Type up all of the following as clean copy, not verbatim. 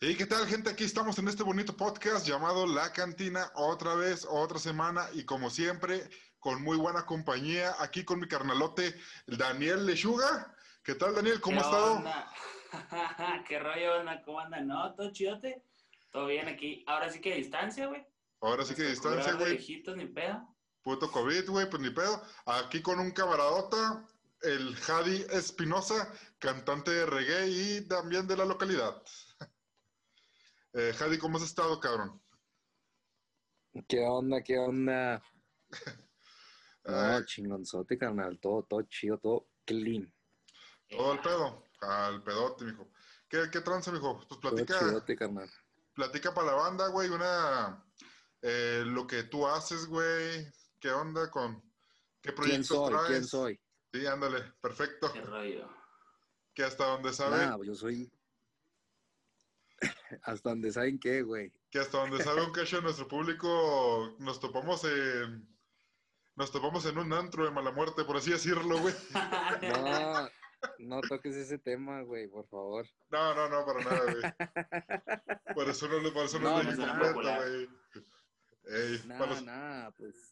¿Y qué tal, gente? Aquí estamos en este bonito podcast llamado La Cantina, otra vez, otra semana, y como siempre, con muy buena compañía, aquí con mi carnalote, Daniel Lechuga. ¿Qué tal, Daniel? ¿Cómo ¿Qué ha estado? onda? ¿Qué rollo, onda? ¿Cómo anda? ¿No? ¿Todo chidote? ¿Todo bien aquí? Ahora sí que a distancia, güey. Ahora sí Nos que tocó distancia, grabar de güey. lejitos, ni pedo. Puto COVID, güey, pues ni pedo. Aquí con un camaradota, el Jadi Espinosa, cantante de reggae y también de la localidad. Jadi, ¿cómo has estado, cabrón? ¿Qué onda? ¿Qué onda? Ay, No, chingonzote, carnal. Todo chido, todo clean. todo el pedo, al pedote, mijo. ¿Qué tranza, mijo? Pues Todo platica. chidote, carnal. Platica para la banda, güey, lo que tú haces, güey, qué onda qué ¿Quién proyectos soy? ¿Quién traes. soy? Sí, ándale, perfecto. ¿Qué rollo? Que hasta donde sabe, Nada, pues yo soy hasta donde saben qué, güey. que hasta donde sabe un cacho de nuestro público, nos topamos en un antro de mala muerte, por así decirlo, güey. No, no toques ese tema, güey, por favor. No, no, no, para nada, güey. Por eso no lo No, No dije pues suena nada, completo, popular. güey. Ey, nada,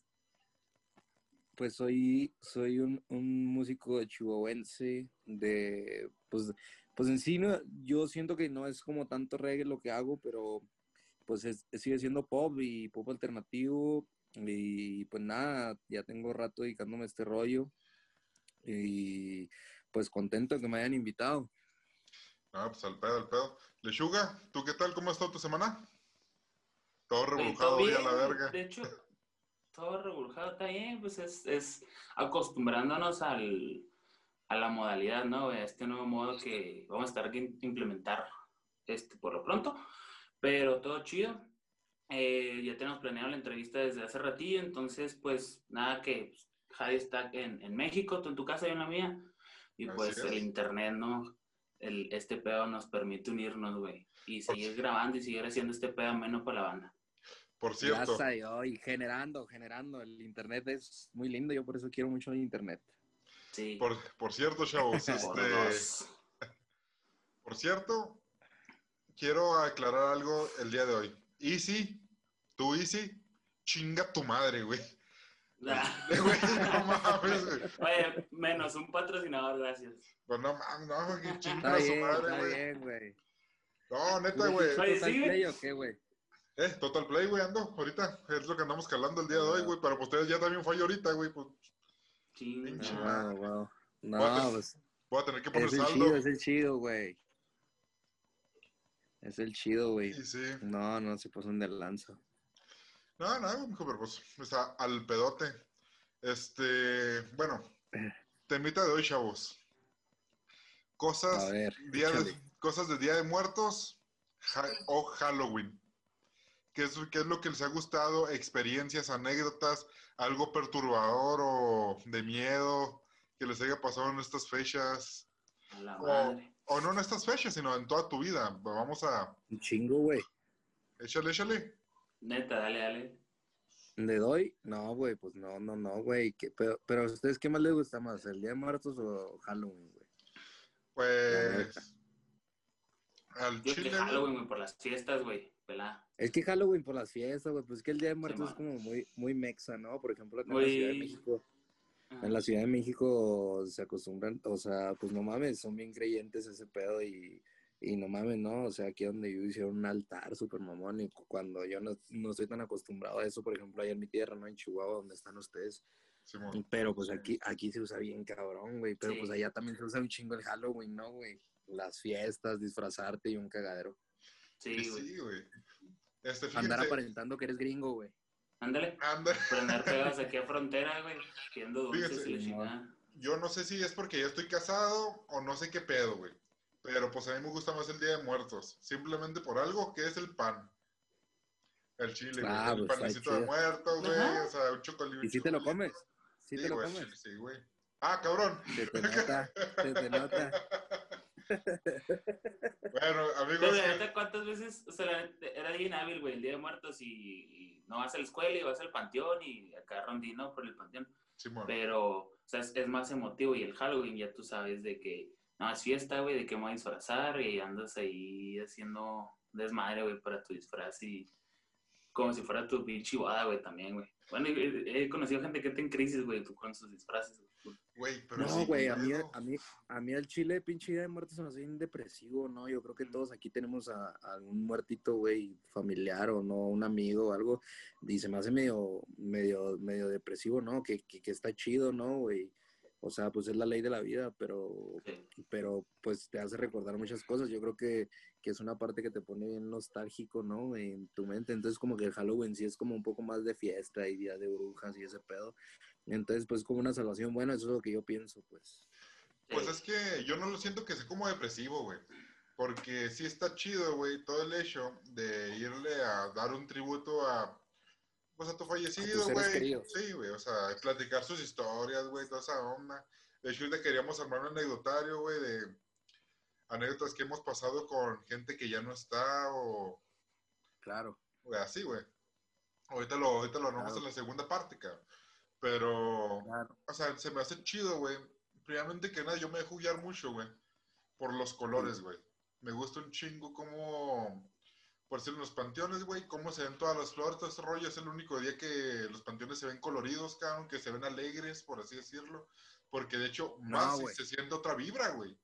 pues soy un músico chihuahuense pues en sí yo siento que no es como tanto reggae lo que hago, pero pues sigue siendo pop y pop alternativo y pues nada, ya tengo rato dedicándome a este rollo y pues contento de que me hayan invitado. no, pues al pedo, al pedo. Lechuga, ¿tú qué tal? ¿Cómo ha estado tu semana? Todo Oye, todo revolujado hoy a la bien, güey. verga. De hecho, todo reburjado está bien, pues es acostumbrándonos a la modalidad, ¿no? A este nuevo modo que vamos a estar que implementar por lo pronto. Pero todo chido. Ya tenemos planeado la entrevista desde hace ratillo, entonces pues nada que pues, Javi está en México, tú en tu casa y en la mía, y Así pues el es. internet, ¿no? Este pedo nos permite unirnos, güey, y Por, seguir grabando y seguir haciendo este pedo menos para la banda. por Gracias a cierto, Dios y generando. El internet es muy lindo, yo por eso quiero mucho el internet. Sí, por cierto, chavos, por dos. por cierto, quiero aclarar algo el día de hoy. Easy, tú Easy, chinga tu madre, güey. Al chile, güey, no mames, güey. Oye, menos un patrocinador, gracias. Pues no mames, no, que chingan a su madre, Está güey. bien, güey. No, neta, ¿Puro güey. pinche Oye, Total sí, güey. Play o qué, güey? Total Play, güey, ando ahorita. Es lo que andamos calando el día de hoy, Ah, güey. Pero pues ustedes ya también fue ahorita, güey. Pues, pinche Chinga. madre. wow. Voy a, No, pues voy a tener que poner es saldo. es el chido, güey. Es el chido, güey. Y sí. No se pasan de lanza. No, no, mijo, pero pues, está al pedote. Bueno, temita de hoy, chavos. A Cosas, ver, échale. cosas de Día de Muertos o Halloween. Qué es lo que les ha gustado? Experiencias, anécdotas, algo perturbador o de miedo que les haya pasado en estas fechas. A la madre. O no en estas fechas, sino en toda tu vida. Vamos a... Un chingo, güey. Échale, échale. Neta, dale, dale. ¿Le doy? No, güey, pues no, güey. Pero ¿a ustedes qué más les gusta más? ¿El Día de Muertos o Halloween, güey? La neta. Pues al Yo que chile, güey. Halloween, güey, por las fiestas, güey. Pelá. Es que Halloween por las fiestas, güey, pues es que el Día de Sí, Muertos es man. como muy mexa, ¿no? Por ejemplo, acá en la Ciudad de Muy. México. En Ajá. la Ciudad de México se acostumbran, o sea, pues no mames, son bien creyentes ese pedo y no mames, ¿no? O sea, aquí donde yo hicieron un altar súper mamón y cuando yo no estoy tan acostumbrado a eso, por ejemplo, allá en mi tierra, ¿no? En Chihuahua, donde están ustedes. Simón. Pero pues aquí se usa bien cabrón, güey, pero pues Sí, allá también se usa un chingo el Halloween, ¿no, güey? Las fiestas, disfrazarte y un cagadero. Y sí, güey. sí, güey. Andar Fíjense, aparentando que eres gringo, güey. Ándale. anda, Prender pegados aquí a frontera, güey. Pidiendo dulces y fíjense, la Simón. chingada. yo no sé si es porque ya estoy casado o no sé qué pedo, güey. Pero pues a mí me gusta más el Día de Muertos. Simplemente por algo que es el pan. El chile, güey. Ah, El pues está panecito de chido. muerto, güey. O Ajá. sea, un chocolate. ¿Y Un si te lo chocolate. comes? ¿Sí Sí, te lo güey, al chile, comes? sí, güey. Ah, cabrón. Se te nota, se te nota. Bueno, Pero amigos, la neta, ¿cuántas veces? O sea, la neta, era bien hábil, güey, el Día de Muertos y no vas a la escuela y vas al panteón y acá rondino por el panteón. Simón. Pero, o sea, es más emotivo y el Halloween ya tú sabes de que, no, es fiesta, güey, de que me voy a disfrazar y andas ahí haciendo desmadre, güey, para tu disfraz y como si fuera tu pinche boda, güey, también, güey. Bueno, he conocido gente que está en crisis, güey, tú con sus disfraces, güey. Güey, pero No, ese güey, pedo. a mí al chile, pinche Día de Muertos se me hace bien depresivo, ¿no? Yo creo que todos aquí tenemos a un muertito, güey, familiar o no, un amigo o algo, y se me hace medio depresivo, ¿no? Que está chido, ¿no, güey? O sea, pues es la ley de la vida, Sí. pero pues te hace recordar muchas cosas. Yo creo que es una parte que te pone bien nostálgico, ¿no? En tu mente. Entonces, como que el Halloween sí es como un poco más de fiesta y día de brujas y ese pedo. Entonces, pues como una salvación, bueno, eso es lo que yo pienso, pues. Pues Sí. es que yo no lo siento que sea como depresivo, güey. Porque sí está chido, güey, todo el hecho de irle a dar un tributo a, pues a tu A tus fallecido, seres güey. queridos. Sí, güey, o sea, platicar sus historias, güey, toda esa onda. De hecho, le queríamos armar un anecdotario, güey, de anécdotas que hemos pasado con gente que ya no está o, Claro, güey, así, güey. Ahorita lo armamos en claro, la segunda parte, cabrón. Pero, claro. o sea, se me hace chido, güey. Primeramente que nada, yo me dejo guiar mucho, güey, por los Sí. colores, güey. Me gusta un chingo cómo, por decirlo, en los panteones, güey, cómo se ven todas las flores, todo ese rollo. Es el único día que los panteones se ven coloridos, cabrón, que se ven alegres, por así decirlo. Porque de hecho, más No, si güey. se siente otra vibra, güey.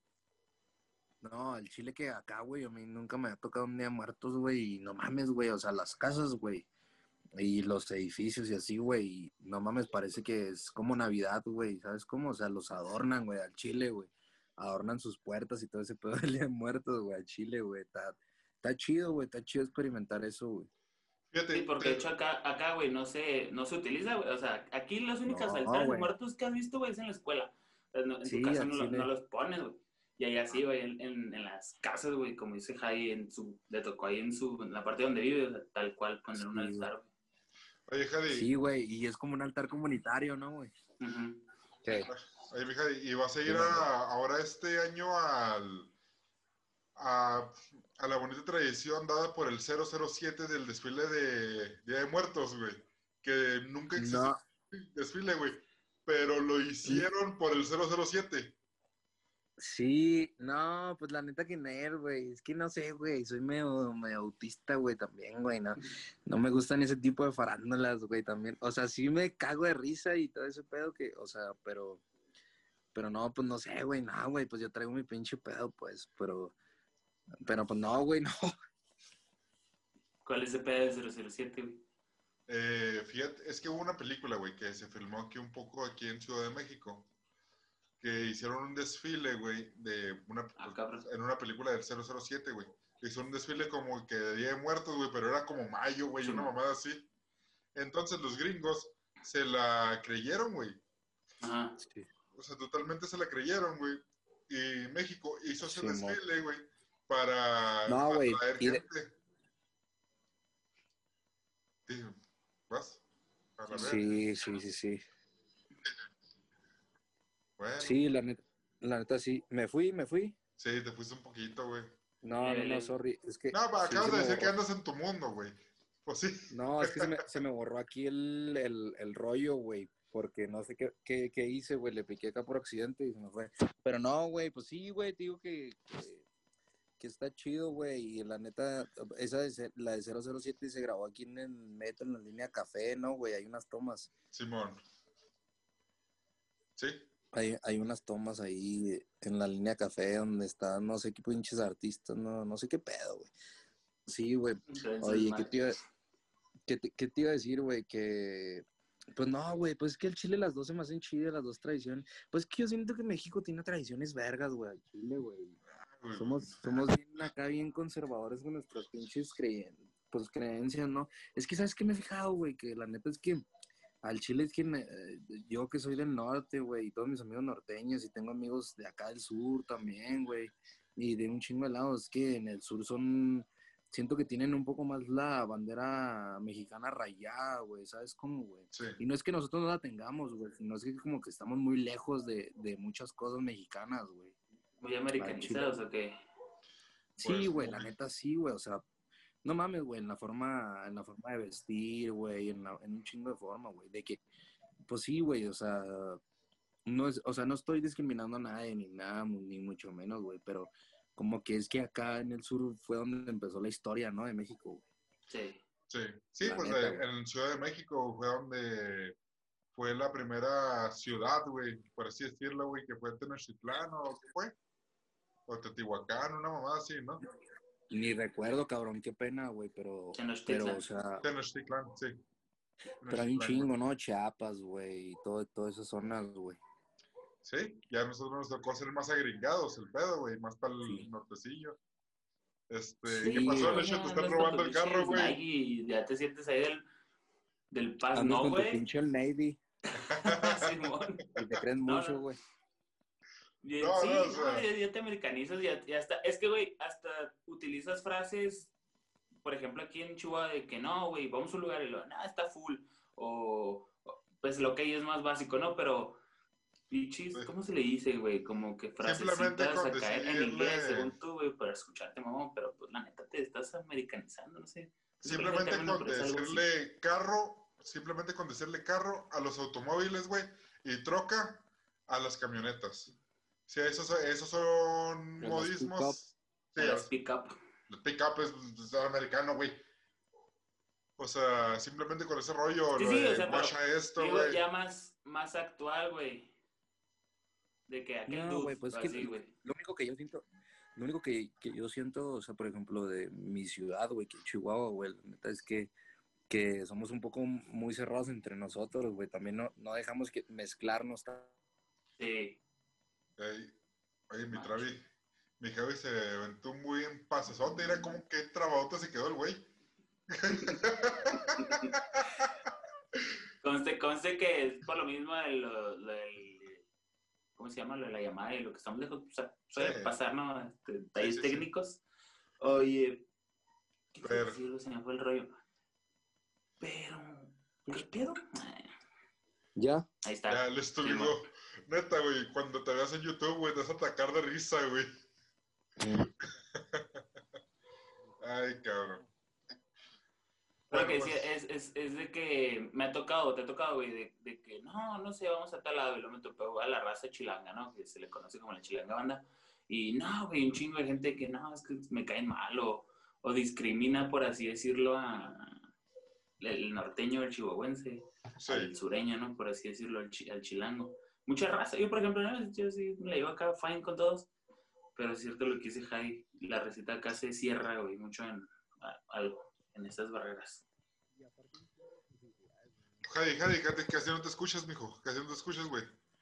No, el chile que acá, güey, a mí nunca me ha tocado un día de muertos, güey, y no mames, güey, o sea, las casas, güey, y los edificios y así, güey, y no mames, parece que es como Navidad, güey, ¿sabes cómo? O sea, los adornan, güey, al chile, güey, adornan sus puertas y todo ese pedo del día de muertos, güey, al chile, güey, está chido, güey, está chido experimentar eso, güey. Sí, Fíjate, porque de hecho acá, güey, no se utiliza, güey. O sea, aquí las únicas No, altares de güey, muertos que has visto, güey, es en la escuela. En tu sí, casa al no chile, los pones, güey. Y ahí así, güey, en las casas, güey, como dice Jai, le tocó ahí en la parte donde vive, o sea, tal cual poner un sí, güey. altar, oye, Jadi, Sí, güey, y es como un altar comunitario, ¿no, güey? güey. Ujú. ¿Qué? oye, mi Jadi, ¿y vas a ir Dime, dime. ahora este año a, a la bonita tradición dada por el 007 del desfile de Día de Muertos, güey? Que nunca existió No, el desfile, güey, pero lo hicieron por el 007. sí, no, pues la neta que no, güey, es que no sé, güey, soy medio autista, güey, también, güey, no me gustan ese tipo de farándulas, güey, también, o sea, sí me cago de risa y todo ese pedo que, o sea, pero no, pues no sé, güey, no, güey, pues yo traigo mi pinche pedo, pues, pero pues no, güey, no, ¿Cuál es ese pedo del 007, güey? Fíjate, es que hubo una película, güey, que se filmó aquí un poco aquí en Ciudad de México, que hicieron un desfile, güey, Ah, cabrón. en una película del 007, güey. Hizo un desfile como que de Día de Muertos, güey, pero era como mayo, güey, una Simón. mamada así. Entonces los gringos se la creyeron, güey. Ajá. sí, O sea, totalmente se la creyeron, güey. Y México hizo ese Simón. desfile, güey, para No, güey, atraer gente. Y, ¿vas? Para ver. sí, Bueno, sí, la neta sí, me fui, sí, te fuiste un poquito, güey. Leve, no, leve. sorry, es que No, sí acabas se de me decir que borró. andas en tu mundo, güey. Pues sí. No, es que se me borró aquí el rollo, güey, porque no sé qué hice, güey, le piqué acá por accidente y se me fue. Pero no, güey, pues sí, güey, te digo que está chido, güey, y la neta, la de 007 se grabó aquí en el metro, en la línea Café, ¿no, güey? Hay unas tomas, Simón. Sí. hay unas tomas ahí en la línea Café donde están no sé qué pinches artistas, no sé qué pedo, güey. Sí, güey. Entonces, Oye, desmadre. qué te iba a decir, güey? Pues no, güey, pues es que el Chile las dos se me hacen chidas, las dos tradiciones. Pues es que yo siento que México tiene tradiciones vergas, güey, al Chile, güey. Güey, Somos bien acá, bien conservadores con nuestras pinches pues, creencias, ¿no? Es que, ¿sabes qué me he fijado, güey? Que la neta es que al Chile es que yo que soy del norte, güey, y todos mis amigos norteños, y tengo amigos de acá del sur también, güey, y de un chingo de lados, es que en el sur siento que tienen un poco más la bandera mexicana rayada, güey, ¿sabes cómo, güey? sí. Y no es que nosotros no la tengamos, güey, sino es que como que estamos muy lejos de muchas cosas mexicanas, güey, Muy al Chile. americanizados, ¿o qué? Sí, Pues güey, muy. la neta sí, güey, o sea, no mames, güey, en la forma de vestir, güey, en un chingo de forma, güey, de que pues sí, güey, o sea, no estoy discriminando a nadie ni nada, ni mucho menos, güey, como que es que acá en el sur fue donde empezó la historia, ¿no? De México, güey. Sí. Sí, La pues neta, güey. en Ciudad de México fue donde fue la primera ciudad, güey, por así decirlo, güey, que fue Tenochtitlán o qué fue, o Teotihuacán, una mamada así, ¿no? Ni recuerdo, cabrón, qué pena, güey, o Tenochtitlan. sea, Tenochtitlán, sí, pero hay un Tenochtitlán, güey. chingo, ¿no? Chiapas, güey, y todas esas zonas, güey. Sí, ya a nosotros nos tocó ser más agringados el pedo, güey, más para el Sí. nortecillo. ¿Qué Sí, pasó, No, güey. Lecho? Te ya están andas con robando tus el carro, pinches güey. Nike y ya te sientes ahí del Paz, Andas ¿no, con tu güey? pinche el Navy Simón. y te crees No, mucho, no. güey. No, no, o Sí, no, sea, ya te americanizas, ya está. Es que, güey, hasta utilizas frases, por ejemplo, aquí en Chihuahua, de que no, güey, vamos a un lugar y lo, no, está full. Pues lo que ahí es más básico, ¿no? Pero, pichis, ¿cómo se le dice, güey? Como que simplemente frasecitas con acá en inglés, decirle, según tú, güey, para escucharte, mamón, pero pues la neta te estás americanizando, no sé. No sé cuál es el simplemente término, con pero es algo así. decirle carro, simplemente con decirle carro a los automóviles, güey, y troca a las camionetas. Sí, esos son A las pick-up. modismos. Sí, A las pick-up. el pick-up es americano, güey. O sea, simplemente con ese rollo, Sí, lo sí, o de sea, pero guacha esto, digo güey. ya más actual, güey. De que aquel No, güey, dude, pues es que así, güey. lo único que yo siento, o sea, por ejemplo, de mi ciudad, güey, que Chihuahua, güey, la neta es que somos un poco muy cerrados entre nosotros, güey. También no dejamos que mezclarnos. Sí, Ey, oye, macho. mi Javi se aventó un muy en pasesote, era como que trabadote se quedó el güey. Conste que es por lo mismo de del, ¿cómo se llama? Lo de la llamada y lo que estamos lejos, o sea, Sí, suele pasar, ¿no? sí, Detalles sí, sí. técnicos. Oye, ¿qué te iba a Pero, decir? Se me fue el rollo. Pero, ¿qué pedo? ¿Ya? Ahí ya está. les Sí, olvidó. Neta, güey, cuando te veas en YouTube, güey, te vas a atacar de risa, güey. Mm. Ay, cabrón. pero Bueno, que sí, pues, es de que me ha tocado, te ha tocado, güey, de que no sé, vamos a tal lado, y luego me tocó a la raza chilanga, ¿no? Que se le conoce como la chilanga banda. Y no, güey, un chingo de gente que no, es que me caen mal o discrimina, por así decirlo, el norteño, el chihuahuense, al sí. sureño, ¿no? Por así decirlo, al chilango. Mucha raza. Yo, por ejemplo, ¿no? Yo sí me la llevo acá fine con todos, pero es cierto lo que dice Jai, la receta acá se cierra, güey, mucho algo, en esas barreras. Jadi, casi no te escuchas, mijo. Casi no te escuchas, güey.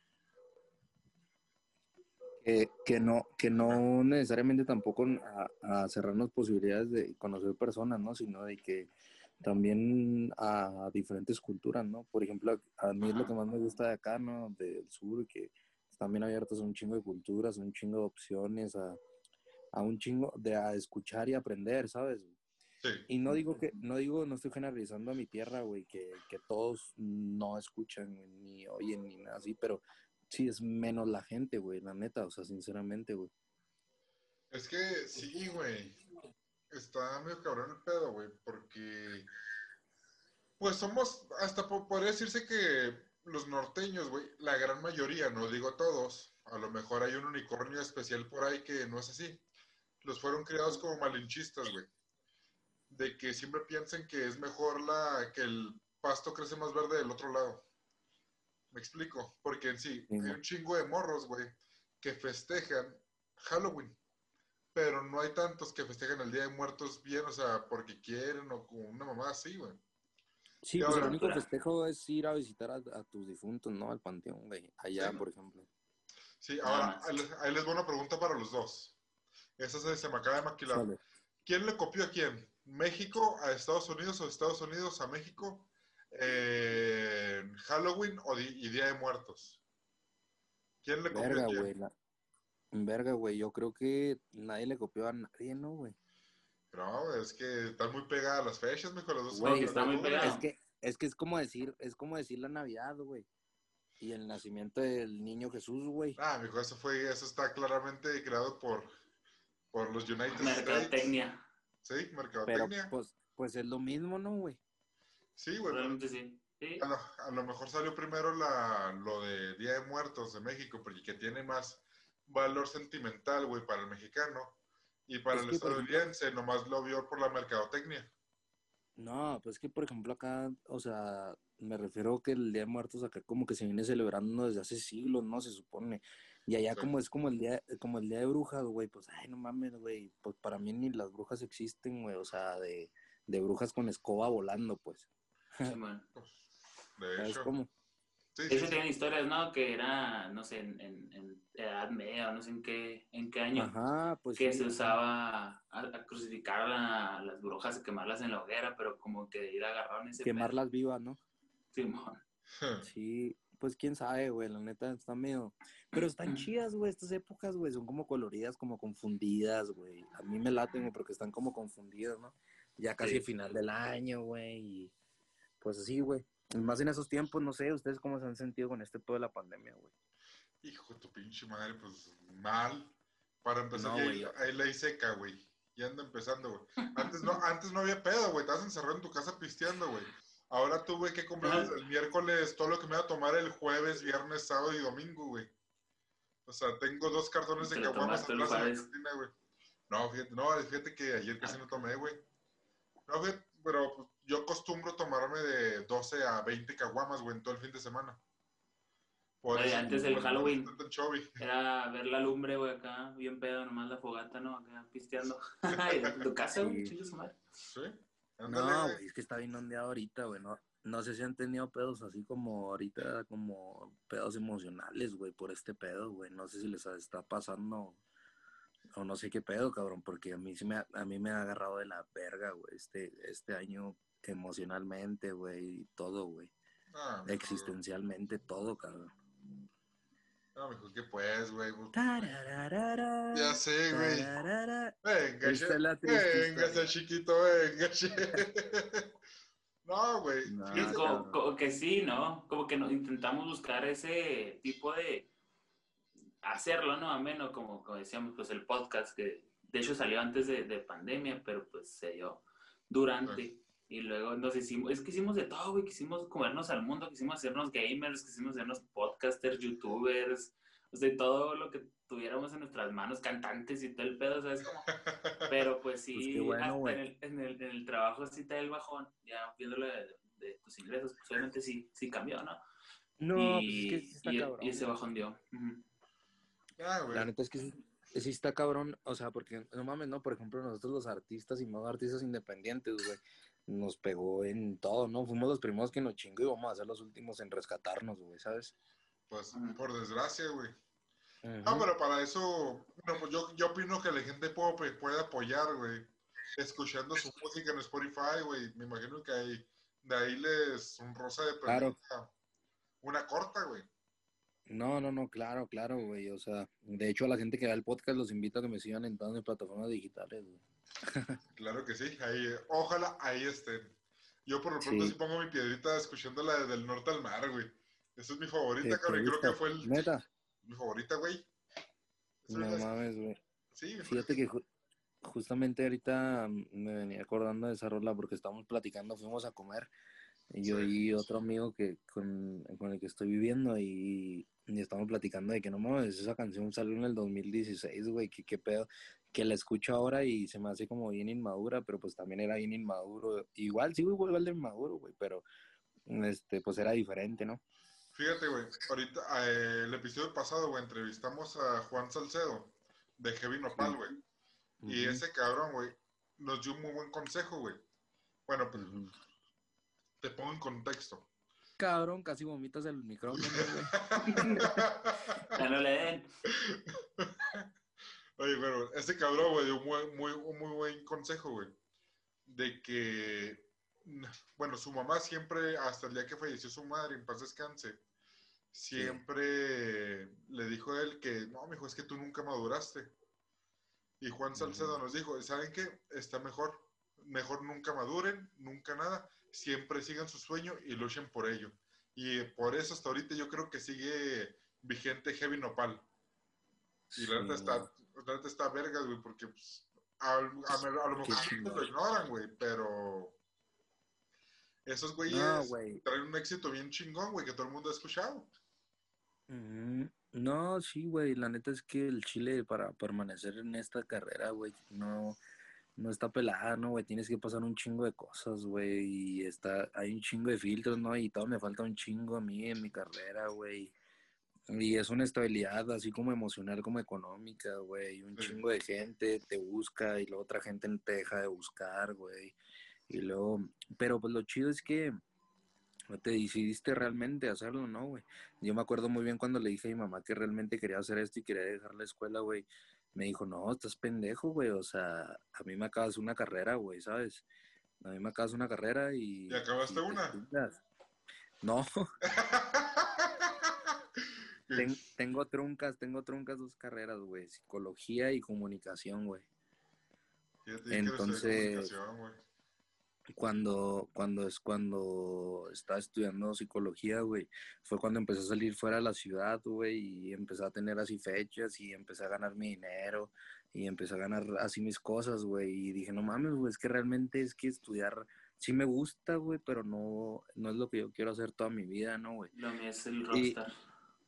Que no necesariamente tampoco a cerrarnos posibilidades de conocer personas, ¿no? Sino de que también a diferentes culturas, ¿no? Por ejemplo, a mí es lo que Ajá. más me gusta de acá, ¿no? Del sur, que están bien abiertos a un chingo de culturas, a un chingo de opciones, a un chingo a escuchar y aprender, ¿sabes? Sí. Y no estoy generalizando a mi tierra, güey, que todos no escuchan ni oyen ni nada así, pero sí es menos la gente, güey, la neta, o sea, sinceramente, güey. Es que sí, güey. Está medio cabrón el pedo, güey, porque pues somos, hasta podría decirse que los norteños, güey, la gran mayoría, no digo todos, a lo mejor hay un unicornio especial por ahí que no es así. Los fueron criados como malinchistas, güey, de que siempre piensan que es mejor que el pasto crece más verde del otro lado. Me explico, porque en sí Sí, hay mo- un chingo de morros, güey, que festejan Halloween, pero no hay tantos que festejan el Día de Muertos bien, o sea, porque quieren o con una mamá así, güey. Y sí, pues el ahora, único Cultura. festejo es ir a visitar a tus difuntos, ¿no? Al panteón, güey, allá, sí, por ejemplo. sí, Nada ahora, más. ahí les va una pregunta para los dos. Esa se me acaba de maquilar. Sale. ¿Quién le copió a quién? ¿México a Estados Unidos o Estados Unidos a México? ¿Halloween y Día de Muertos? ¿Quién le copió a Verga, quién? güey, verga, güey, yo creo que nadie le copió a nadie, ¿no, güey? No, es que están muy pegadas las fechas, mijo, las dos son No, el que Güey, 2 de está muy octubre. pegado. es como decir la Navidad, güey, y el nacimiento del niño Jesús, güey. Ah, mijo, eso está claramente creado por los United States. Mercadotecnia. Sí, Pero mercadotecnia. pues es lo mismo, ¿no, güey? Sí, güey, pues Realmente sí. Sí. a lo mejor salió primero lo de Día de Muertos de México, porque que tiene más valor sentimental, güey, para el mexicano. Y para Es el que, por ejemplo, estadounidense nomás lo vio por la mercadotecnia. no, pues que por ejemplo acá, o sea, me refiero que el Día de Muertos acá como que se viene celebrando desde hace siglos, ¿no? Se supone. Y allá Sí. como es como el día de brujas, güey, pues ay, no mames, güey, pues para mí ni las brujas existen, güey, o sea, de brujas con escoba volando, pues. Sí, man. De ¿Sabes hecho. cómo? Sí, De sí, hecho, sí. tienen historias, ¿no? Que era, no sé, en Edad Media o no sé en qué año, Ajá, pues que sí, se ajá. usaba a crucificar a las brujas y quemarlas en la hoguera, pero como que de ir agarraron ese pedo. Quemarlas vivas, ¿no? Simón. Sí, pues quién sabe, güey, la neta está medio. Pero están chidas, güey, estas épocas, güey, son como coloridas, como confundidas, güey. A mí me laten, güey, porque están como confundidas, ¿no? Ya casi el Sí. final del año, güey, y pues así, güey. Y más en esos tiempos, no sé, ¿ustedes cómo se han sentido con este pedo de la pandemia, güey? Hijo de tu pinche madre, pues mal. Para empezar, No, ya güey, hay ley seca, güey. Ya anda empezando, güey. Antes no había pedo, güey. Estabas encerrado en tu casa pisteando, güey. Ahora tuve que comprar desde el miércoles todo lo que me iba a tomar el jueves, viernes, sábado y domingo, güey. O sea, tengo 2 cartones de Te lo caguamas tomaste el atrás en la jueves. cantina, güey. No, fíjate que ayer casi Ah, no tomé, güey. No, fíjate, pero pues, yo acostumbro tomarme de 12 a 20 caguamas, güey, en todo el fin de semana. Por oye, eso, antes del por eso Halloween estoy tan chubby. era ver la lumbre, güey, acá, bien pedo, nomás la fogata, ¿no? Acá pisteando. Y dentro de tu casa, güey, sí. chingue su madre. Sí, ándale, No, güey. güey, es que está bien ondeado ahorita, güey, no. No sé si han tenido pedos así como ahorita, como pedos emocionales, güey, por este pedo, güey. No sé si les está pasando o no sé qué pedo, cabrón, porque a mí a mí me ha agarrado de la verga, güey, este año emocionalmente, güey, y todo, güey. Ah, mijo. Existencialmente todo, cabrón. No, mijo, ¿qué pues, güey? Ya Tararara, sé, güey. tararara. Venga, che. Esta es la triste Venga, ese historia. chiquito, venga, che. No, güey. Sí, No, Fíjate. cabrón. como que sí, ¿no? Como que intentamos buscar ese tipo de hacerlo, ¿no? Ameno, como decíamos, pues el podcast, que de hecho salió antes de pandemia, pero pues se dio durante. Y luego nos hicimos de todo, güey, quisimos comernos al mundo, quisimos hacernos gamers, quisimos hacernos podcasters, youtubers, o sea, todo lo que tuviéramos en nuestras manos, cantantes y todo el pedo, ¿sabes cómo? Pero pues Pues qué sí, bueno, hasta güey. en el trabajo sí te da el bajón, ya viéndolo de tus ingresos, pues obviamente sí cambió, ¿no? No, pues es que sí está Y cabrón, ese güey. bajón dio. Ujú. Ah, La güey. neta es que sí está cabrón, o sea, porque no mames, ¿no? Por ejemplo, nosotros los artistas y más artistas independientes, güey, nos pegó en todo, ¿no? Fuimos los primeros que nos chingó y vamos a ser los últimos en rescatarnos, güey, ¿sabes? Pues, Ujú. por desgracia, güey. No, Ujú. pero para eso, bueno, pues yo opino que la gente puede apoyar, güey. Escuchando su música en Spotify, güey. Me imagino que de ahí les un rosa de Claro. perdida. Una corta, güey. No, claro, güey, o sea, de hecho a la gente que ve el podcast los invito a que me sigan en todas mis plataformas digitales, güey. Claro que sí. Ahí, ojalá ahí estén. Yo por lo pronto sí Sí, pongo mi piedrita escuchando la de Del Norte al Mar, güey. Esa es mi favorita, te cabrón. Y creo que gusta, fue neta, mi favorita, güey. Esa no la mames, güey. sí, Fíjate que justamente ahorita me venía acordando de esa rola porque estábamos platicando, fuimos a comer. sí. Yo y otro amigo con el que estoy viviendo y estamos platicando de que no mames, esa canción salió en el 2016, güey, que qué pedo, que la escucho ahora y se me hace como bien inmadura, pero pues también era bien inmaduro. Igual, sí, güey, igual de inmaduro, güey, pero pues era diferente, ¿no? Fíjate, güey. Ahorita, el episodio pasado, güey, entrevistamos a Juan Salcedo de Heavy Nopal, Sí. güey. Y Ujú, ese cabrón, güey, nos dio un muy buen consejo, güey. Bueno, pues ujú. te pongo en contexto. Cabrón, casi vomitas el micrófono, güey. Ya no le den. Oye, bueno, ese cabrón, güey, dio un muy buen consejo, güey. De que, bueno, su mamá siempre, hasta el día que falleció su madre, en paz descanse, Sí. siempre le dijo a él que, no, mijo, es que tú nunca maduraste. Y Juan Salcedo Ujú. nos dijo, ¿saben qué? Está mejor nunca maduren, nunca nada, siempre sigan su sueño y luchen por ello. Y por eso hasta ahorita yo creo que sigue vigente Heavy Nopal. Y Sí, güey. la neta está vergas, güey, porque pues, a lo Qué mejor muchos lo chingón. ignoran, güey, pero esos No, güeyes güey. traen un éxito bien chingón, güey, que todo el mundo ha escuchado. Ujú. No, sí, güey, la neta es que el Chile para permanecer en esta carrera, güey, no está pelada, ¿no, güey? Tienes que pasar un chingo de cosas, güey, hay un chingo de filtros, ¿no? Y todo me falta un chingo a mí en mi carrera, güey. Y es una estabilidad así como emocional como económica, güey. Un Sí. chingo de gente te busca y luego otra gente no te deja de buscar, güey. Y luego, pero pues lo chido es que te decidiste realmente hacerlo, ¿no, güey? Yo me acuerdo muy bien cuando le dije a mi mamá que realmente quería hacer esto y quería dejar la escuela, güey. Me dijo, no, estás pendejo, güey. O sea, a mí me acabas una carrera, güey, ¿sabes? A mí me acabas una carrera ¿Y acabaste y te una? chingas. No, tengo truncas dos carreras, güey. Psicología y comunicación, güey. Fíjate, yo quiero estudiar Entonces, comunicación, güey. cuando estaba estudiando psicología, güey, fue cuando empecé a salir fuera de la ciudad, güey, y empecé a tener así fechas y empecé a ganar mi dinero y empecé a ganar así mis cosas, güey, y dije, no mames, güey, es que realmente es que estudiar sí me gusta, güey, pero no es lo que yo quiero hacer toda mi vida, ¿no, güey? Lo mío es el Y, rockstar.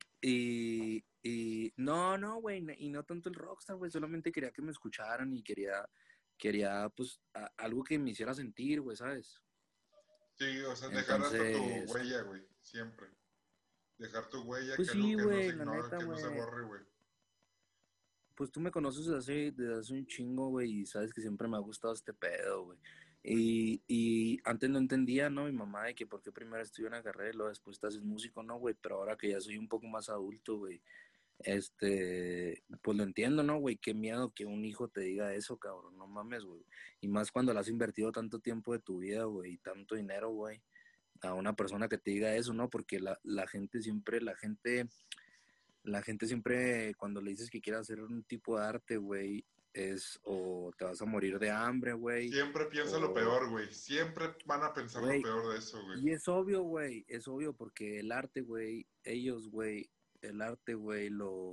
y no, güey, y no tanto el rockstar, güey, solamente quería que me escucharan y quería pues, algo que me hiciera sentir, güey, ¿sabes? Sí, o sea, dejar hasta tu Entonces, huella, güey, siempre. Dejar tu huella, pues que algo sí, que no se güey, la ignore, neta, que no se güey, borre, güey. pues tú me conoces desde hace un chingo, güey, y sabes que siempre me ha gustado este pedo, güey. Y antes no entendía, ¿no? Mi mamá de que por qué primero estudié una carrera y luego después te haces músico, ¿no, güey? Pero ahora que ya soy un poco más adulto, güey, pues lo entiendo, ¿no, güey? Qué miedo que un hijo te diga eso, cabrón, no mames, güey. Y más cuando le has invertido tanto tiempo de tu vida, güey, y tanto dinero, güey, a una persona que te diga eso, ¿no? Porque la gente siempre, cuando le dices que quiere hacer un tipo de arte, güey, es o te vas a morir de hambre, güey, Siempre piensa lo o, peor, güey. Siempre van a pensar lo güey, peor de eso, güey. y es obvio, güey, es obvio porque el arte, güey, el arte, güey,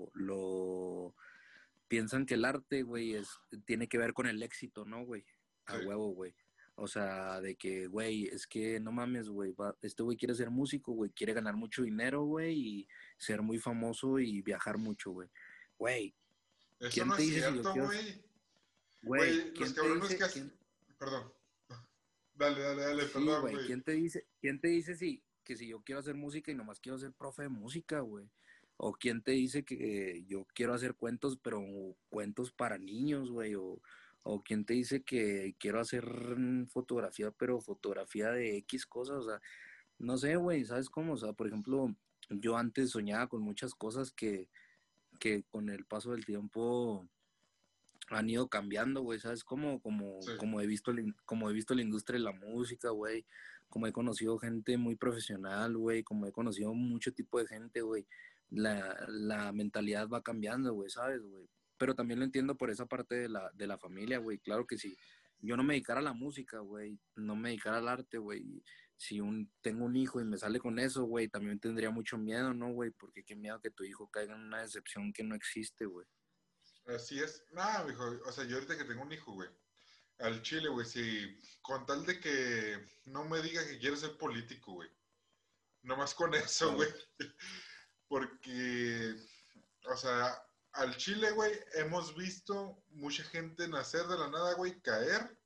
piensan que el arte, güey, tiene que ver con el éxito, ¿no, güey? Sí. A huevo, güey. O sea, de que, güey, es que no mames, güey, este güey quiere ser músico, güey, quiere ganar mucho dinero, güey, y ser muy famoso y viajar mucho, güey. Güey, Eso ¿quién no te es dice si yo cierto, quiero, güey. güey, Güey, los quién te cabrones que dice, hacen... Perdón. Dale, dale, dale, sí, perdón, güey, güey. quién te dice que si yo quiero hacer música y nomás quiero ser profe de música, güey? O quién te dice que yo quiero hacer cuentos, pero cuentos para niños, güey, o quién te dice que quiero hacer fotografía, pero fotografía de X cosas, o sea, no sé, güey, ¿sabes cómo? O sea, por ejemplo, yo antes soñaba con muchas cosas que con el paso del tiempo han ido cambiando, güey, ¿sabes? Sí. Como he visto la industria de la música, güey, como he conocido gente muy profesional, güey, como he conocido mucho tipo de gente, güey, la mentalidad va cambiando, güey, ¿sabes, güey? Pero también lo entiendo por esa parte de la familia, güey, claro que sí. Yo no me dedicara a la música, güey, no me dedicara al arte, güey. Si tengo un hijo y me sale con eso, güey, también tendría mucho miedo, ¿no, güey? Porque qué miedo que tu hijo caiga en una decepción que no existe, güey. Así es. Nada, mijo. O sea, yo ahorita que tengo un hijo, güey. Al chile, güey, si con tal de que no me diga que quiere ser político, güey. Nomás con eso, güey. Claro. Porque, o sea, al chile, güey, hemos visto mucha gente nacer de la nada, güey, caer,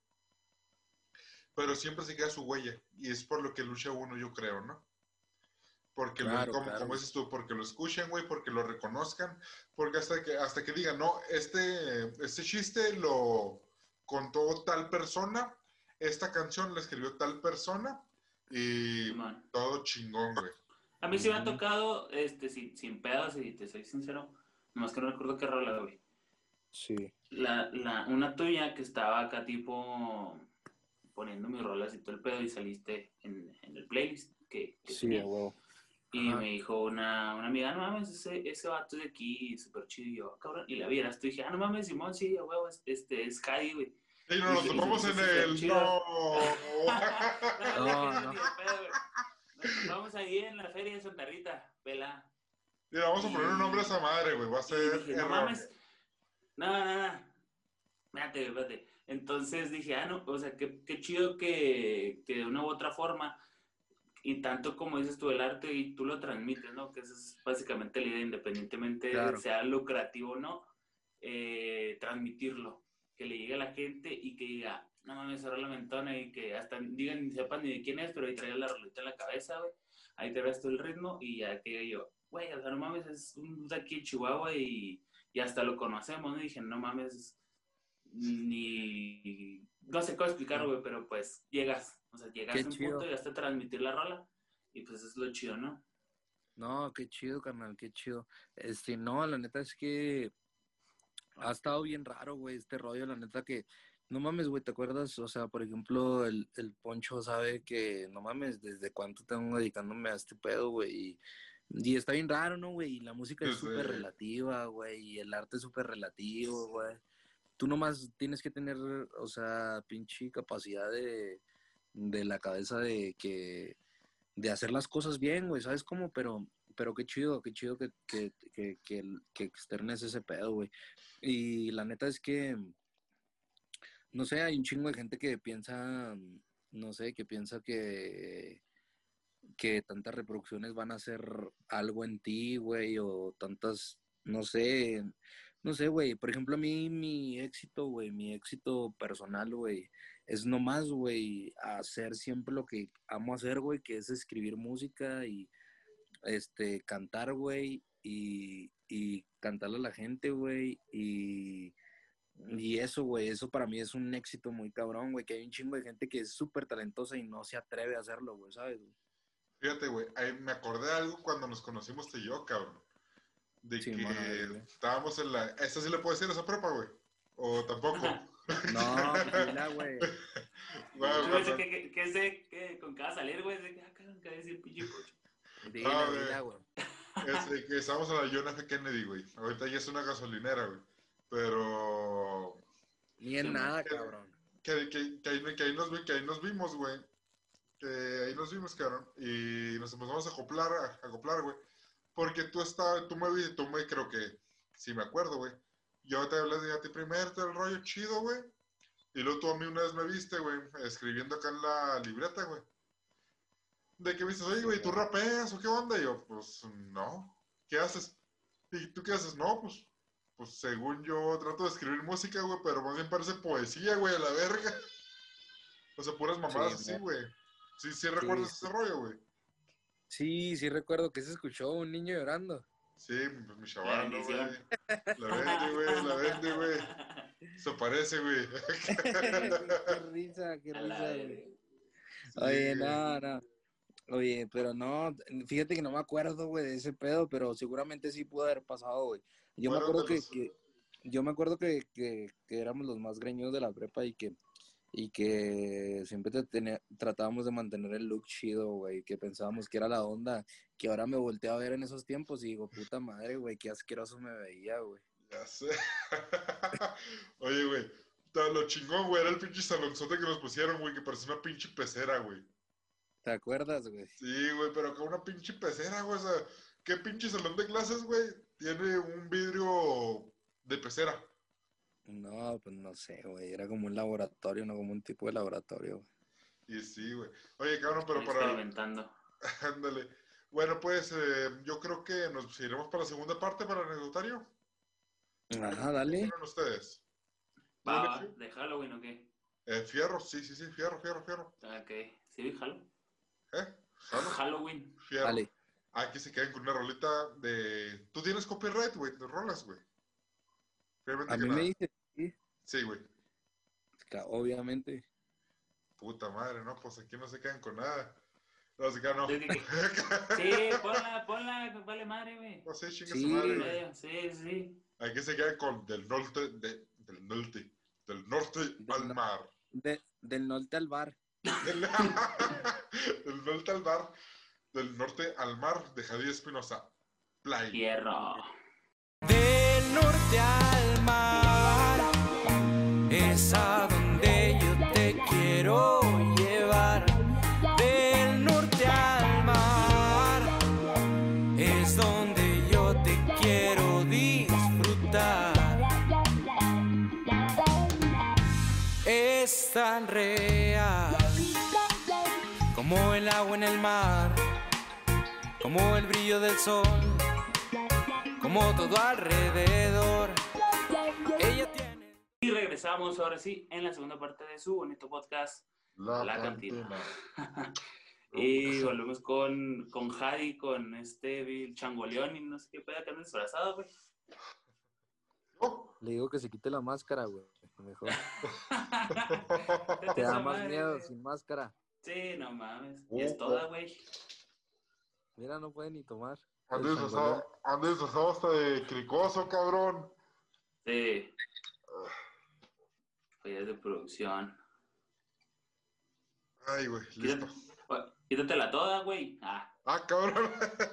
pero siempre se queda su huella. Y es por lo que lucha uno, yo creo, ¿no? Porque, Claro, como claro. dices tú, porque lo escuchen, güey, porque lo reconozcan, porque hasta que digan, no, este chiste lo contó tal persona, esta canción la escribió tal persona, y Simón. todo chingón, güey. A mí sí me ha Ujú. tocado, sin pedos, y te soy sincero, nomás que no recuerdo qué rola, güey. Sí, Una tuya que estaba acá tipo poniendo mis rolas y todo el pedo y saliste en el playlist que sí, a tenía. huevo. Y Ajá. me dijo una amiga, no mames, ese vato es de aquí, súper chido. Y yo, "Ah, cabrón", y la vieras, tú dije, no mames, Simón, sí, a huevo, es Cadi, güey. Y no nos Y se me topamos hizo en súper el chido. no. No, le dije, No, no, no. ni de pedo, güey. Nos topamos ahí en la feria de Santa Rita, pela. Mira, vamos a poner un nombre a esa Y, madre, güey. Va a y ser dije, no erróneo. mames, nada, espérate, espérate. Entonces dije, no, o sea, qué chido que de una u otra forma Y tanto como dices tú, el arte y tú lo transmites, ¿no? Que esa es básicamente la idea, independientemente Claro. de sea lucrativo o no, transmitirlo, que le llegue a la gente y que diga, no mames, ahora la mentona, y que hasta digan ni sepan ni de quién es, pero ahí trae la rolita en la cabeza, güey, ahí te ves todo el ritmo y ya que yo, güey, o sea, no mames, es un de aquí en Chihuahua y hasta lo conocemos, ¿no? Y dije, no mames, ni... No sé cómo explicarlo, güey, pero pues llegas, o sea, llegas Qué a un chido. punto y hasta transmitir la rola y pues es lo chido, ¿no? No, qué chido, carnal, qué chido. No, la neta es que ha estado bien raro, güey, este rollo, la neta que, no mames, güey, ¿te acuerdas? O sea, por ejemplo, el Poncho sabe que, no mames, desde cuánto tengo dedicándome a este pedo, güey, y está bien raro, ¿no, güey? Y la música es súper Desde... relativa, güey, y el arte es súper relativo, güey. Tú nomás tienes que tener, o sea, pinche capacidad de la cabeza de hacer las cosas bien, güey, ¿sabes cómo? Pero qué chido que externes ese pedo, güey. Y la neta es que, no sé, hay un chingo de gente que piensa, no sé, que piensa que tantas reproducciones van a hacer algo en ti, güey, o tantas, no sé, güey. Por ejemplo, a mí mi éxito personal, güey, es nomás, güey, hacer siempre lo que amo hacer, güey, que es escribir música y cantar, güey, y cantarle a la gente, güey, y eso, güey, eso para mí es un éxito muy cabrón, güey, que hay un chingo de gente que es súper talentosa y no se atreve a hacerlo, güey, ¿sabes? Fíjate, güey, me acordé de algo cuando nos conocimos tú y yo, cabrón. De Sí, que mano, güey. estábamos en la... ¿Esta sí le puedo decir a esa prepa, güey? ¿O tampoco? No, pues dila, güey. Bueno, Yo cuando... pensé que sé que con cada salir, güey, de que, cabrón, que decir pinche Pocho. Dila, güey. dila, güey. Que estábamos en la John F. Kennedy, güey. Ahorita ya es una gasolinera, güey. Pero... Ni en Sí, nada, Que, cabrón. que ahí nos vimos, güey. Que ahí nos vimos, cabrón. Y nos empezamos a acoplar, güey. Porque tú me creo que, sí me acuerdo, güey. Yo te hablé de a ti primero, todo el rollo chido, güey. Y luego tú a mí una vez me viste, güey, escribiendo acá en la libreta, güey. De que me dices, oye, güey, ¿tú rapeas o qué onda? Y yo, pues, no. ¿Qué haces? ¿Y tú qué haces? No, pues según yo trato de escribir música, güey, pero más bien parece poesía, güey, a la verga. O sea, puras mamadas así, No. güey. Sí recuerdas ese rollo, güey. Sí, recuerdo que se escuchó un niño llorando. Sí, pues mi La chaval, güey. bendición. La vende, güey. Se parece, güey. Qué risa, A la güey. verga. Sí, Oye, no. Oye, pero no, fíjate que no me acuerdo, güey, de ese pedo, pero seguramente sí pudo haber pasado, güey. Yo me fueron acuerdo de los... yo me acuerdo que éramos los más greñudos de la prepa y que siempre tratábamos de mantener el look chido, güey, que pensábamos que era la onda, que ahora me volteo a ver en esos tiempos y digo, puta madre, güey, qué asqueroso me veía, güey. Ya sé. Oye, güey. Lo chingón, güey, era el pinche salonzote que nos pusieron, güey, que parecía una pinche pecera, güey. ¿Te acuerdas, güey? Sí, güey, pero con una pinche pecera, güey. O sea, ¿qué pinche salón de clases, güey? Tiene un vidrio de pecera. No, pues no sé, güey, era como un laboratorio, no como un tipo de laboratorio, güey. Y sí, güey. Oye, cabrón, pero Estoy experimentando. Ándale. Bueno, pues yo creo que nos iremos para la segunda parte, para el anecdotario. Ajá, dale. ¿Qué ustedes? Va, ¿de Halloween o qué? Fierro, sí, fierro. Ok, sí, Halloween. ¿Jalo? Halloween. Fierro. Dale. Aquí se quedan con una rolita de... ¿Tú tienes copyright, güey? ¿De rolas, güey? Realmente A que mí nada. me dice, sí, Sí, güey. obviamente. Puta madre, ¿no? Pues aquí no se quedan con nada. No, se quedan, no. Sí, ponla, vale madre, güey. No sé, chinga Sí. su madre, güey. Sí. Aquí se quedan con del norte al mar. Del norte al bar. Del del norte al mar de Javier Espinosa. Play. Hierro. Del norte al mar es a donde yo te quiero llevar. Del norte al mar es donde yo te quiero disfrutar. Es tan real como como el agua en el mar, como el brillo del sol, como todo alrededor. Ella tiene... Y regresamos ahora sí en la segunda parte de su bonito podcast, La Cantina. Y volvemos con Jadi, con el Changoleón y no sé qué pedo que anda disfrazado, güey. Le digo que se quite la máscara, güey. Mejor. Vete Te esa da más madre, miedo güey. sin máscara. Sí, no mames. Y es toda, güey. Mira, no puede ni tomar. Ando disfrazado hasta de cricoso, cabrón. Sí. Fallas de producción. Ay, güey, listo. Quítatela toda, güey. Ah, Cabrón.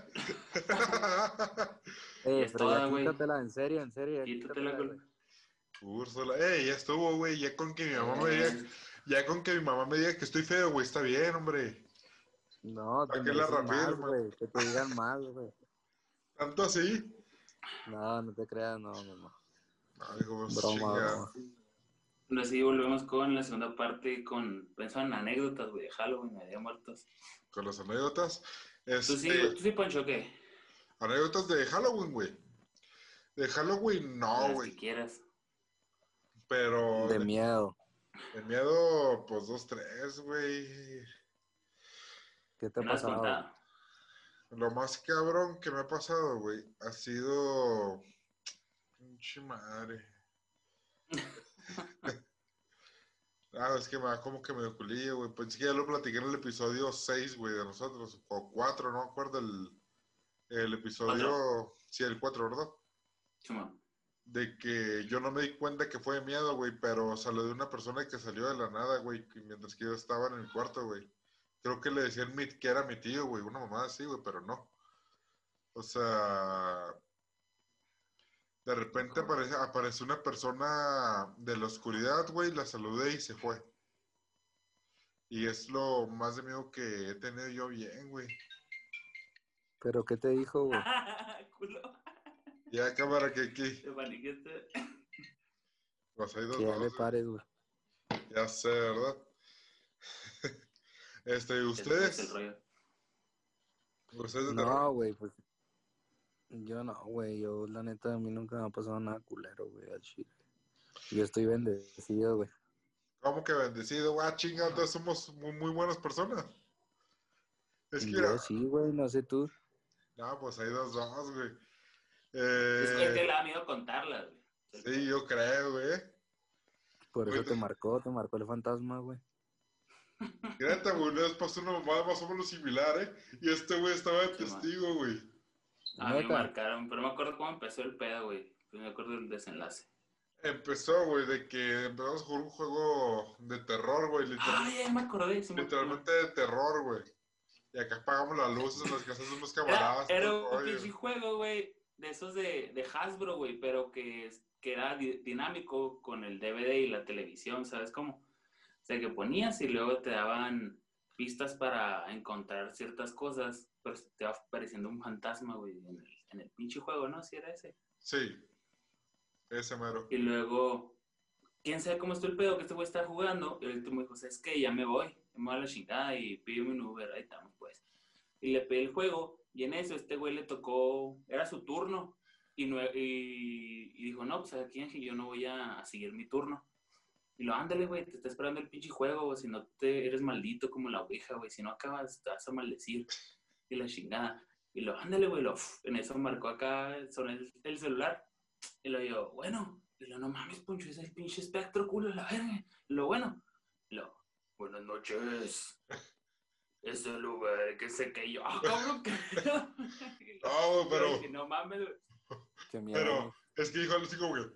Es Pero toda, ya güey. quítatela, en serio, ya quítatela, güey. Úrsula. Ya estuvo, güey. Ya con que mi mamá me diga que estoy feo, güey. Está bien, hombre. No, te ¿Para qué la mereces más, reafirma? güey. Que te digan más, güey. ¿Tanto así? No te creas, no. Ay, como Broma. Ahora sí, volvemos con la segunda parte pensando en anécdotas, güey, de Halloween, de Día de Muertos. Con las anécdotas. ¿Tú sí, Pancho, qué? Anécdotas de Halloween, güey. De Halloween, no, Las güey. que quieras. Pero De miedo. de miedo, pues 2, 3, güey. ¿Qué te ha ¿No has pasado? contado? Lo más cabrón que me ha pasado, güey, ha sido... Pinche madre. Es que me da como que medio culillo, güey. Pensé que ya lo platiqué en el episodio 6, güey, de nosotros. O 4, no me acuerdo el episodio... ¿4? Sí, el 4, ¿verdad? Simón. De que yo no me di cuenta que fue de miedo, güey, pero salió de una persona que salió de la nada, güey, mientras que yo estaba en el cuarto, güey. Creo que le decían que era mi tío, güey, una mamada así, güey, pero no. O sea, de repente aparece una persona de la oscuridad, güey, la saludé y se fue. Y es lo más de miedo que he tenido yo bien, güey. ¿Pero qué te dijo, güey? Culo. Ya, cámara, que aquí. Te paniqueaste. Pues hay Que ya le güey. pares, güey. Ya sé, ¿verdad? Es el ¿Ustedes? rollo. ¿Ustedes de terror? No, güey, pues... Yo no, güey. Yo, la neta, a mí nunca me ha pasado nada culero, güey, al chile. Yo estoy bendecido, güey. ¿Cómo que bendecido? Chinga, entonces somos muy, muy buenas personas. Es que, Yo sí, güey, no sé tú. no, pues hay dos, güey. Es que le da miedo contarlas, güey. Sí, yo creo, güey. Por eso Güey, te marcó el fantasma, güey. Greta, güey, una vez pasó una mamada más o menos similar, ¿eh? Y este güey estaba de Sí, testigo, güey. A mí me ¿Neta? marcaron, pero no me acuerdo cómo empezó el pedo, güey. Pues me acuerdo del desenlace. Empezó, güey, de que empezamos a jugar un juego de terror, güey. Ya me acordé. Literalmente de terror, güey. Y acá apagamos las luces en las casas de unos camaradas. Era todo el un rollo. pinche juego, güey, de esos de Hasbro, güey, pero que era dinámico con el DVD y la televisión, ¿sabes cómo? O sea, que ponías y luego te daban pistas para encontrar ciertas cosas, pero te va apareciendo un fantasma, güey, en el pinche juego, ¿no? Si era ese. Sí, ese mero. Y luego, quién sabe cómo estuvo el pedo que este güey estaba jugando, y el último dijo, ¿sabes qué? Ya me voy a la chingada y pídeme un Uber, ahí estamos, pues. Y le pedí el juego, y en eso este güey le tocó, era su turno, y dijo, no, pues aquí Ángel, yo no voy a seguir mi turno. Y lo, ándale, güey, te está esperando el pinche juego, güey, si no te eres maldito como la ouija, güey, si no acabas, te vas a maldecir, y la chingada. Y lo, ándale, güey, en eso marcó acá, sonó el celular, y lo digo, bueno, y lo, no mames, Poncho, es el pinche espectro, culo, la verga. Y lo, bueno, y lo, buenas noches. Es el Uber, que sé que yo. Cabrón, que. No, güey, pero. Dije, no mames, güey. Qué miedo, Pero güey. es que dijo algo así como que.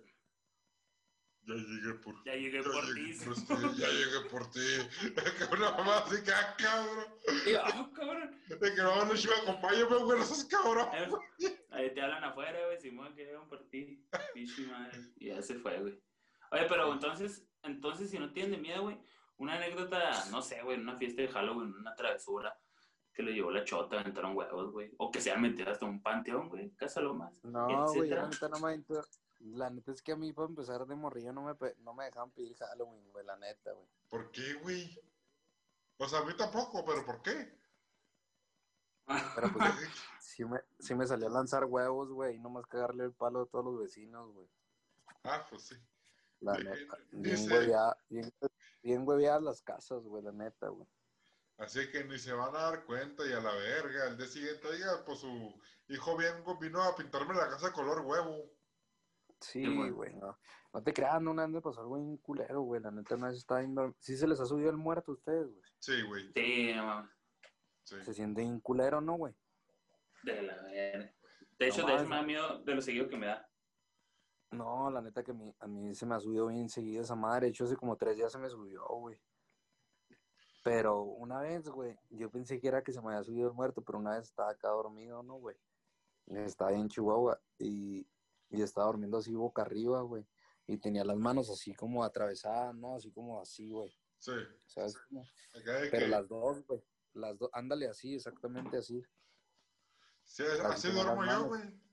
Ya llegué por Ya llegué por ti. Ya llegué por ti. Una mamá así que, cabrón. Y yo, cabrón. De que no, chiva, acompáñame, güey, no seas cabrón. Ahí te hablan afuera, güey, Simón, que llegan por ti. Pinche madre. Y ya se fue, güey. Oye, pero entonces, si no tienen de miedo, güey, una anécdota, no sé, güey, en una fiesta de Halloween, una travesura, que le llevó la chota, aventaron huevos, güey. O que se han metido hasta un panteón, güey, Casa Lomas. No, güey, etcétera. la neta no me aventó. La neta es que a mí, para empezar de morrillo, no me dejaban pedir Halloween, güey, la neta, güey. ¿Por qué, güey? O sea, a mí tampoco, pero ¿por qué? Pero pues sí me salió a lanzar huevos, güey, y nomás cagarle el palo a todos los vecinos, güey. Ah, pues sí. La neta, Dice, bien hueveadas las casas, güey, la neta, güey. así que ni se van a dar cuenta y a la verga. El día siguiente, oiga, pues su hijo vino a pintarme la casa color huevo. Sí, güey, no. No te creas, no, una vez me pasó algo bien culero, güey. La neta, una vez estaba viendo... Sí se les ha subido el muerto a ustedes, güey. Sí, güey. Sí, no mames. Sí. Se siente bien culero, ¿no, güey? De la verga. De No hecho, mames, me da miedo de lo seguido que me da. no, la neta que a mí se me ha subido bien seguido esa madre. De hecho, hace como 3 días se me subió, güey. Pero una vez, güey, yo pensé que era que se me había subido el muerto, pero una vez estaba acá dormido, ¿no, güey? Estaba en Chihuahua y estaba durmiendo así boca arriba, güey. Y tenía las manos así como atravesadas, ¿no? Así como así, güey. Sí. ¿Sabes cómo? Acá de Pero que, las dos, güey. Las dos, ándale así, exactamente así. sí, Así así tenía las duermo yo, manos. güey.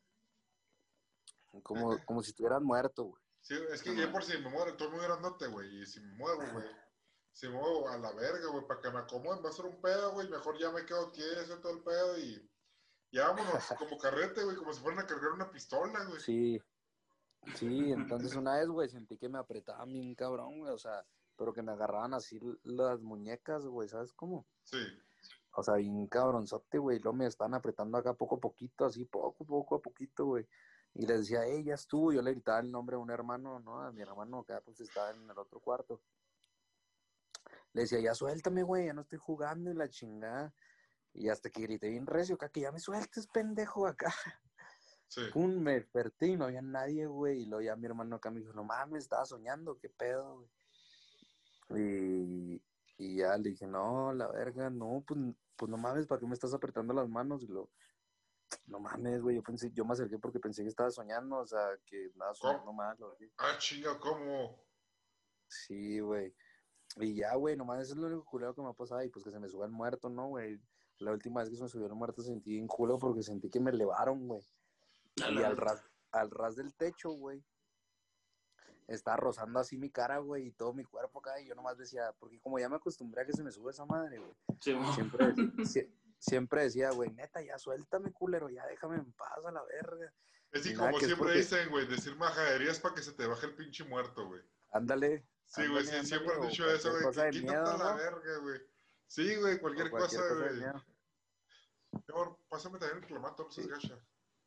Como si estuvieran muerto, güey. Sí, es que ya por si me muero, estoy muy grandote, güey. Y si me muevo, güey. Si me muevo a la verga, güey, para que me acomoden, va a ser un pedo, güey. Mejor ya me quedo quieto y todo el pedo y ya vámonos, como carrete, güey, como si fueran a cargar una pistola, güey. Sí, sí, entonces una vez, güey, sentí que me apretaban bien cabrón, güey, o sea, pero que me agarraban así las muñecas, güey, ¿sabes cómo? Sí, O sea, bien cabronzote, güey, y luego me están apretando acá poco a poquito, así, poco a poquito, güey. Y les decía, ya estuvo, yo le gritaba el nombre a un hermano, ¿no? A mi hermano, que pues estaba en el otro cuarto. Le decía, ya suéltame, güey, ya no estoy jugando y la chingada. Y hasta que grité bien recio, acá, que ya me sueltes, pendejo, acá. sí. Pum, me desperté y no había nadie, güey. Y luego ya mi hermano acá me dijo, no mames, estaba soñando, qué pedo, güey. Y ya le dije, no, la verga, no, pues no mames, ¿para qué me estás apretando las manos? Y lo, no mames, güey, yo me acerqué porque pensé que estaba soñando, o sea, que estaba ¿Cómo? soñando mal, o así. Ah, chinga, ¿cómo? Sí, güey. Y ya, güey, nomás eso es lo único culero que me ha pasado. Y pues que se me suba el muerto, ¿no, güey? La última vez que se me subió el muerto sentí bien culo porque sentí que me elevaron, güey. A Y la al ras del techo, güey, estaba rozando así mi cara, güey, y todo mi cuerpo acá. Y yo nomás decía, porque como ya me acostumbré a que se me sube esa madre, güey. sí, Siempre decía, güey, neta, ya suéltame, culero, ya déjame en paz a la verga. Es que Y nada, como que es siempre porque, dicen, güey, decir majaderías para que se te baje el pinche muerto, güey. ándale, Sí, güey, sí, siempre han o dicho eso, cualquier güey, cosa que de quítate a miedo, la ¿no? verga, güey. Sí, güey, O cualquier cosa, cualquier cosa de güey. miedo. Mi amor, pásame también el clamato, no seas Sí, gacha.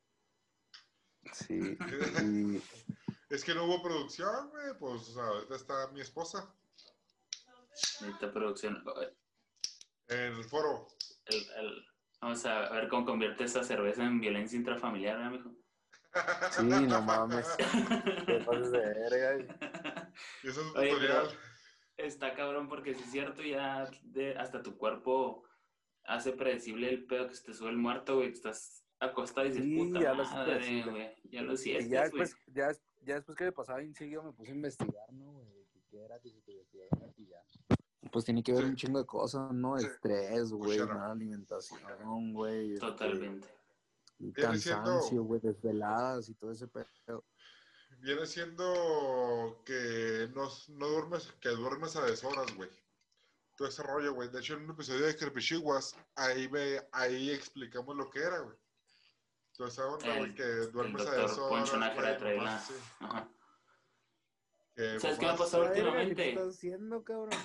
sí, y Es que no hubo producción, güey, pues, o sea, ahorita está mi esposa Necesita producción. en el foro. Vamos a ver cómo convierte esa cerveza en violencia intrafamiliar, ¿verdad, mijo? sí, no mames. Te pases de verga. Y eso es un Oye, tutorial. pero está cabrón porque si es cierto, ya hasta tu cuerpo hace predecible el pedo que se te sube el muerto, güey. Estás acostado y dices, Sí, puta ya lo haces madre, predecible. güey. Ya lo Y ya sientes, güey. después, ya después que me pasaba bien seguido me puse a investigar, ¿no, güey? ¿Qué era que se te decía aquí ya? Pues tiene que ver Sí, un chingo de cosas, ¿no? Estrés, pues ya güey, no. mala alimentación, güey, Totalmente. Viene cansancio, siendo, güey, desveladas y todo ese pedo. viene siendo que no duermes, que duermes a deshoras, güey. Todo ese rollo, güey. De hecho, en un episodio de Crepichiguas, ahí explicamos lo que era, güey. Toda esa onda, güey, que El duermes a doctor Poncho deshoras, Nájera güey, trae la... mamás así. Ajá. Que ¿Sabes qué me ha mamás pasado así. Verga, ¿qué te estás últimamente? haciendo, cabrón?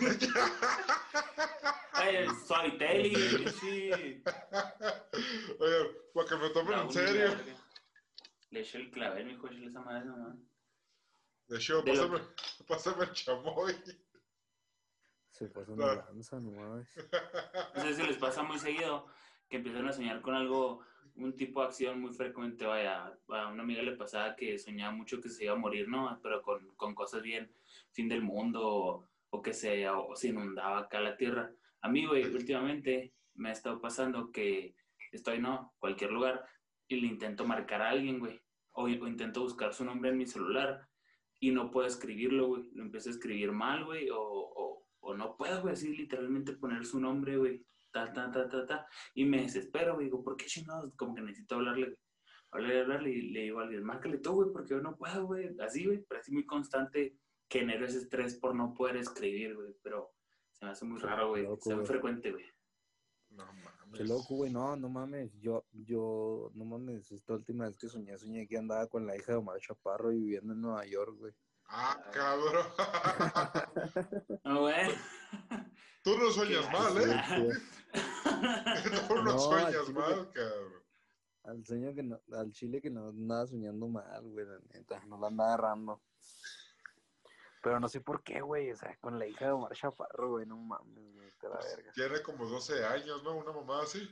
Ay, el Suavitelli, sí. Oye, para que me tomen en Brownie, serio. verga. Le eché el clavel, mijo, échale esa madre nomás. De hecho, De lo pásame el chamoy. Se pasan de No. lanza, no mames. No sé si les pasa muy seguido que empiezan a soñar con algo, un tipo de acción muy frecuente. Vaya, a una amiga le pasaba que soñaba mucho que se iba a morir, ¿no? Pero con cosas bien, fin del mundo, o que o se inundaba acá la tierra. A mí, güey, últimamente me ha estado pasando que estoy, no, cualquier lugar, y le intento marcar a alguien, güey. O intento buscar su nombre en mi celular y no puedo escribirlo, güey. Lo empiezo a escribir mal, güey, o no puedo, güey, así literalmente poner su nombre, güey. Ta. Y me desespero, güey. Digo, ¿por qué chingados? Como que necesito hablarle, hablarle y le digo a alguien, márcale tú, güey, porque yo no puedo, güey. Así, güey, pero así muy constante genero ese estrés por no poder escribir, güey. Pero Se me hace muy raro, güey. Loco, Se ve muy güey. frecuente, güey. No mames. Qué loco, güey, no mames, no mames, esta última vez que soñé que andaba con la hija de Omar Chaparro y viviendo en Nueva York, güey. Ah, cabrón. No, güey. Tú no sueñas Qué mal, ¿eh? Tú no No, sueñas al chile mal, cabrón. al chile que no andaba soñando mal, güey, la neta, no la andaba agarrando. Pero no sé por qué, güey, o sea, con la hija de Omar Chaparro, güey, no mames, güey, te la verga. Tiene como 12 años, ¿no? Una mamada así.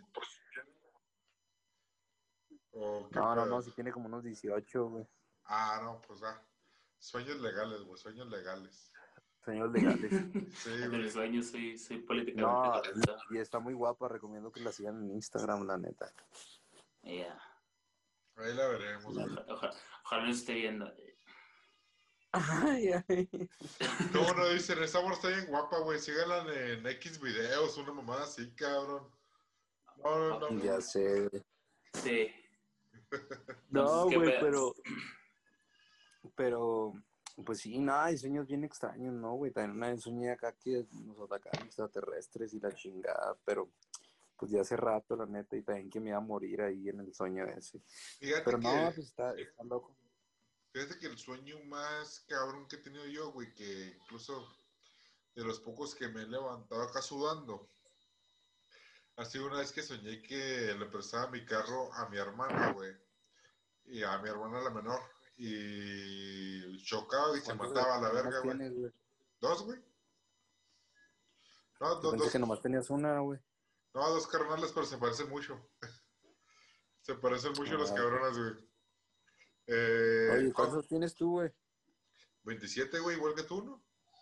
¿O qué No, pedo? sí tiene como unos 18, güey, Ah, no, pues sueños legales, güey, sueños legales. sueños legales. Sí, En güey. el sueño soy políticamente No, correcto. y está muy guapa, recomiendo que la sigan en Instagram, la neta. Yeah. Ahí la veremos, güey. Ojalá no esté viendo. Ay, ay. ¿Cómo no dicen? Esa morra está bien guapa, güey. Síganla en X videos, una mamada así, cabrón. No. Ya sé, güey. Sí. No, Entonces, ¿qué güey, pedo? pero, pues sí, nada, hay sueños bien extraños, ¿no, güey? También una vez soñé acá que nos atacaban extraterrestres y la chingada, pero pues ya hace rato, la neta, y también que me iba a morir ahí en el sueño ese. Fíjate Pero no, que, pues está loco. fíjate que el sueño más cabrón que he tenido yo, güey, que incluso de los pocos que me he levantado acá sudando, ha sido una vez que soñé que le prestaba mi carro a mi hermana, güey, y a mi hermana la menor, y chocaba y se ¿Cuántos mataba a la hermanos verga, güey. tienes, güey? ¿Dos, güey? No, Yo pensé que nomás tenías una, güey. no, dos carnales, pero se parecen mucho. Se parecen mucho las Ah, cabronas, güey. oye, ¿cuántos tienes tú, güey? 27, güey, igual que tú, ¿no?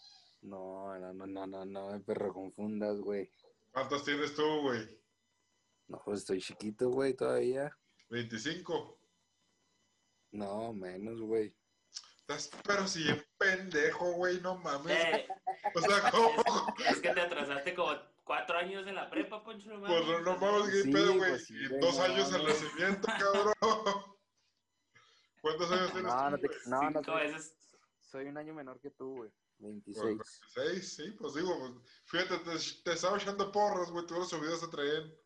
No, perro, confundas, güey. ¿Cuántos tienes tú, güey? No, pues estoy chiquito, güey, todavía. 25. No, menos, güey. Pero si bien pendejo, güey, no mames. Eh, O sea, ¿cómo? es que te atrasaste como 4 años en la prepa, Poncho. No Pues mames, no mames, qué Sí, pedo, güey. pues sí, Y güey, 2 no años al mames. nacimiento, cabrón. ¿Cuántos años tienes tú, güey? No, 5 veces. soy un año menor que tú, güey. Pues 26. 26, sí, pues digo, pues, fíjate, te estaba echando porras, güey, todos los subidos se traen.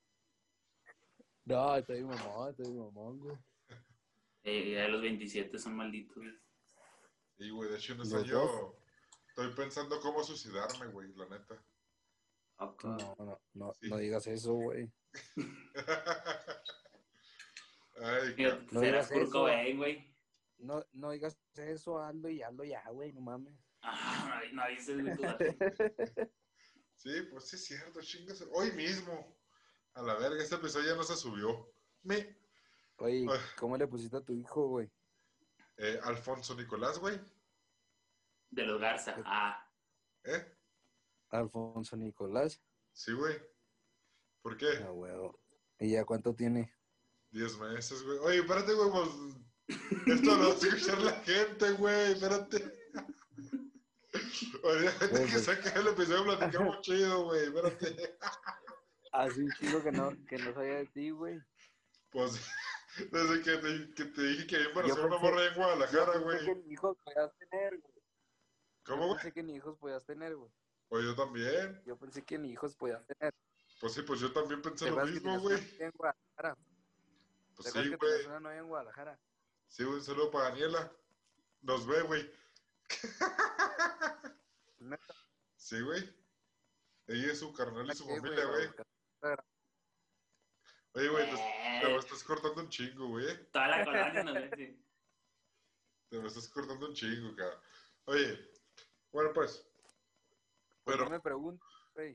No, estoy mamón, güey. Ya los 27 son malditos. Güey. Y, güey, de hecho, en ¿Los ese año dos? estoy pensando cómo suicidarme, güey, la neta. Ok. Sí. No digas eso, güey. Ay, Fíjate, No serás digas Kurt eso. Cobain, güey. No digas eso, hazlo ya, güey, no mames. No dices, güey, tu vato. sí, pues sí es cierto, chingas. Hoy mismo, a la verga, este episodio ya no se subió. Oye, Ay. ¿cómo le pusiste a tu hijo, güey? Alfonso Nicolás, güey. De los Garza. ¿Eh? Alfonso Nicolás. Sí, güey. ¿Por qué? Ah, huevo. ¿Y ya cuánto tiene? 10 meses, güey. Oye, espérate, güey, pues. Esto lo va a escuchar la gente, güey. Espérate. Oye, gente que Pues, saque el episodio platicamos chido, güey. Espérate. hace un chico que no sabía de ti, güey. Pues, desde que te dije que iba a Yo embarazar una pensé- morra en Guadalajara, Yo pensé que güey. ni hijos podías tener, güey. ¿Cómo, Yo güey? pensé que ni hijos podías tener, güey. Pues yo también. Yo pensé que ni hijos podías tener. Pues sí, pues yo también pensé ¿Te lo acuerdas que mismo, tenías una güey. novia en Guadalajara? Pues ¿Te sí, acuerdas que güey. tenías una novia en Guadalajara? Sí, un saludo para Daniela. Nos ve, güey. Neta, Sí, güey. Ella es su carnal y su ¿qué, familia, para güey. buscar- Oye, güey, te me estás cortando un chingo, güey. Toda la colonia nos ve, sí. Te me estás cortando un chingo, cabrón. Oye, bueno, pues. ¿Por Pero, qué me preguntas, güey?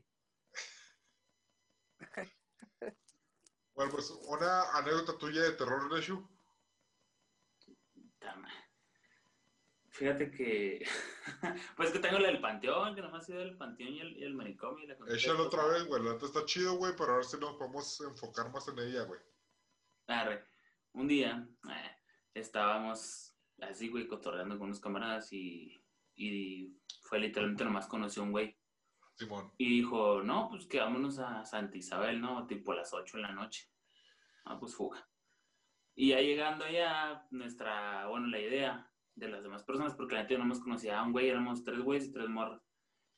bueno, pues, una anécdota tuya de terror, Leshu. Tama. Fíjate que. Pues que tengo la del panteón, que nomás he ido del panteón y el manicomio. Y la Échalo otra vez, güey. La neta está chido, güey, pero a ver si nos podemos enfocar más en ella, güey. Arre. Un día estábamos así, güey, cotorreando con unos camaradas y fue literalmente nomás conoció un güey. Simón. Y dijo, no, pues que vámonos a Santa Isabel, ¿no? Tipo a las 8 de la noche. Ah, pues fuga. Y ya llegando allá, la idea de las demás personas, porque la gente no nos conocía a un güey, éramos 3 güeyes y 3 morras.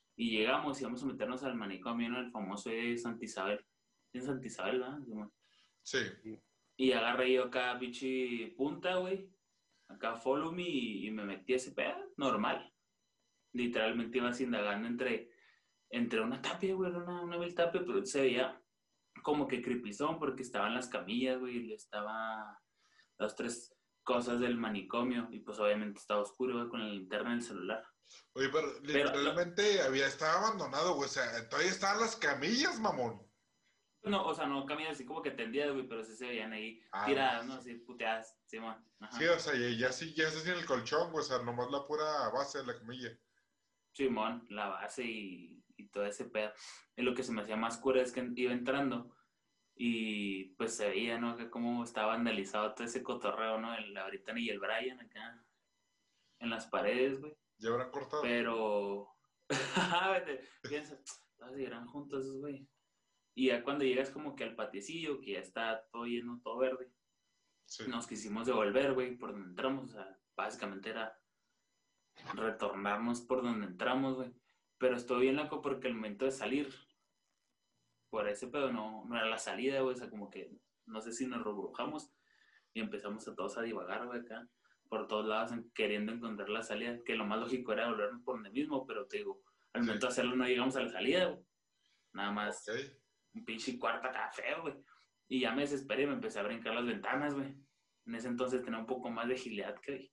Y llegamos y íbamos a meternos al manicomio, ¿no? El famoso de Santa Isabel. En Santa Isabel, ¿verdad? Sí. Y agarré yo acá, bichi punta, güey. Acá follow me y me metí a ese pedo, normal. Literalmente ibas indagando entre una tapia, güey, una vil tapia, pero se veía como que creepyzón porque estaban las camillas, güey, y estaba las tres cosas del manicomio y pues obviamente estaba oscuro, güey, con la linterna del celular. Oye, pero literalmente estaba abandonado, güey. O sea, todavía estaban las camillas, mamón. No, o sea, no camillas así como que tendidas, güey, pero sí se veían ahí tiradas, ¿no? Así puteadas, Simón. Sí, o sea, ya se tiene el colchón, güey. O sea, nomás la pura base de la camilla. Simón, la base y todo ese pedo. Y lo que se me hacía más cura es que iba entrando y pues se veía, ¿no? Que cómo estaba vandalizado todo ese cotorreo, ¿no? La Brittany y el Brian acá en las paredes, güey. Ya habrán cortado. Pero, piensas, todos seguirán juntos esos, güey. Y ya cuando llegas como que al patiecillo, que ya está todo lleno, todo verde, sí. Nos quisimos devolver, güey, por donde entramos. O sea, básicamente era retornarnos por donde entramos, güey. Pero estoy bien loco porque el momento de salir por ese pedo no era la salida, güey. O sea, como que no sé si nos rebrujamos y empezamos a todos a divagar, güey, acá por todos lados queriendo encontrar la salida. Que lo más lógico era volvernos por donde mismo, pero te digo, al momento de hacerlo no llegamos a la salida, güey. Nada más un pinche cuarto acá feo, güey. Y ya me desesperé y me empecé a brincar las ventanas, güey. En ese entonces tenía un poco más de agilidad que hoy.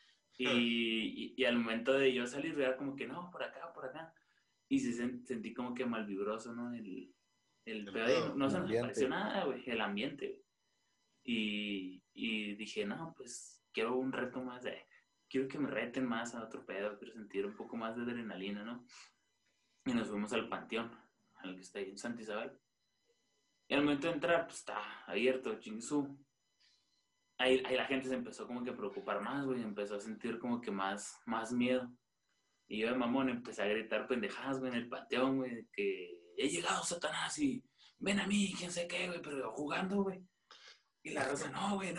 Y al momento de yo salir, era como que no, por acá. Y sí sentí como que malvibroso, ¿no? El pedo. No se nos pareció nada, güey. El ambiente, güey. Y dije, no, pues quiero un reto más quiero que me reten más a otro pedo. Quiero sentir un poco más de adrenalina, ¿no? Y nos fuimos al panteón, al que está ahí en Santa Isabel. Y al momento de entrar, pues está abierto, chinguesú. Ahí la gente se empezó como que a preocupar más, güey. Empezó a sentir como que más miedo. Y yo de mamón empecé a gritar pendejadas, güey, en el panteón, güey, que he llegado Satanás y ven a mí, quién sé qué, güey, pero yo jugando, güey. Y la raza, no, güey.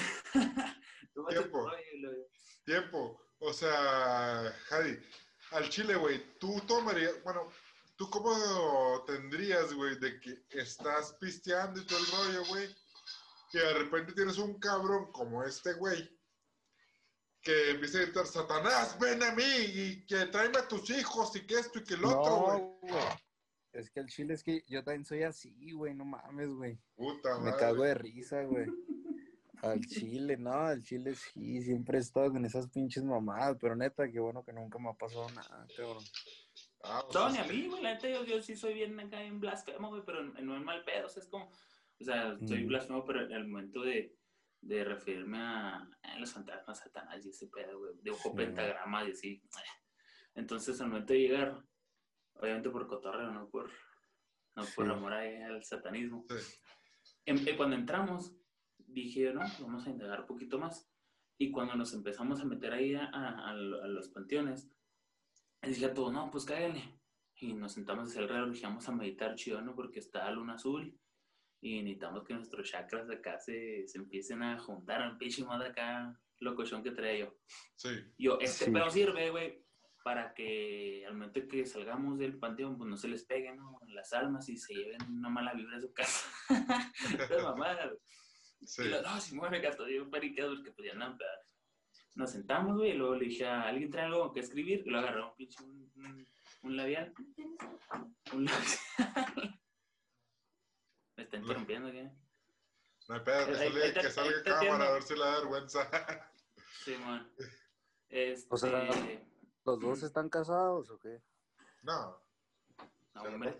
Tiempo. O sea, Jadi, al chile, güey, tú tomarías, bueno, ¿tú cómo tendrías, güey, de que estás pisteando y todo el rollo, güey? Que de repente tienes un cabrón como este güey que empieza a gritar, Satanás, ven a mí y que tráeme a tus hijos y que esto y que el otro, güey. Es que el chile es que yo también soy así, güey, no mames, güey. Puta madre. Me cago de risa, güey. Al chile sí, siempre he estado con esas pinches mamadas, pero neta, qué bueno que nunca me ha pasado nada, cabrón. No, ni a mí, güey, la neta, yo sí soy bien acá en blasfemo, güey, pero no es mal pedo, o sea, es como, o sea, soy blasfemo, pero en el momento de referirme a los fantasmas, Satanás y ese pedo, güey, dibujo pentagramas y así. Entonces, al momento de llegar, obviamente por cotorreo, no por amor al satanismo. Sí. Cuando entramos, dije, no, vamos a indagar un poquito más. Y cuando nos empezamos a meter ahí a los panteones, dije a todos, no, pues cáiganle. Y nos sentamos hacia alrededor y dijimos a meditar chido, ¿no? Porque está la luna azul y necesitamos que nuestros chakras acá se empiecen a juntar al pinche más de acá, locochón que trae yo. Sí. Yo, pedo sirve, güey, para que al momento que salgamos del panteón, pues no se les peguen, ¿no? Las almas y se lleven una mala vibra a su casa. Las mamadas, güey. Sí. Y no, si muere gasto, yo periqueado porque pues ya no, pero nos sentamos, güey, y luego le dije a alguien trae algo que escribir, y lo agarró un pinche un labial. Un labial. Me está interrumpiendo, ¿qué? No hay pedo, que salga cámara a ver si le da vergüenza. Sí, man. O sea, ¿los dos están casados o qué? No, hombre.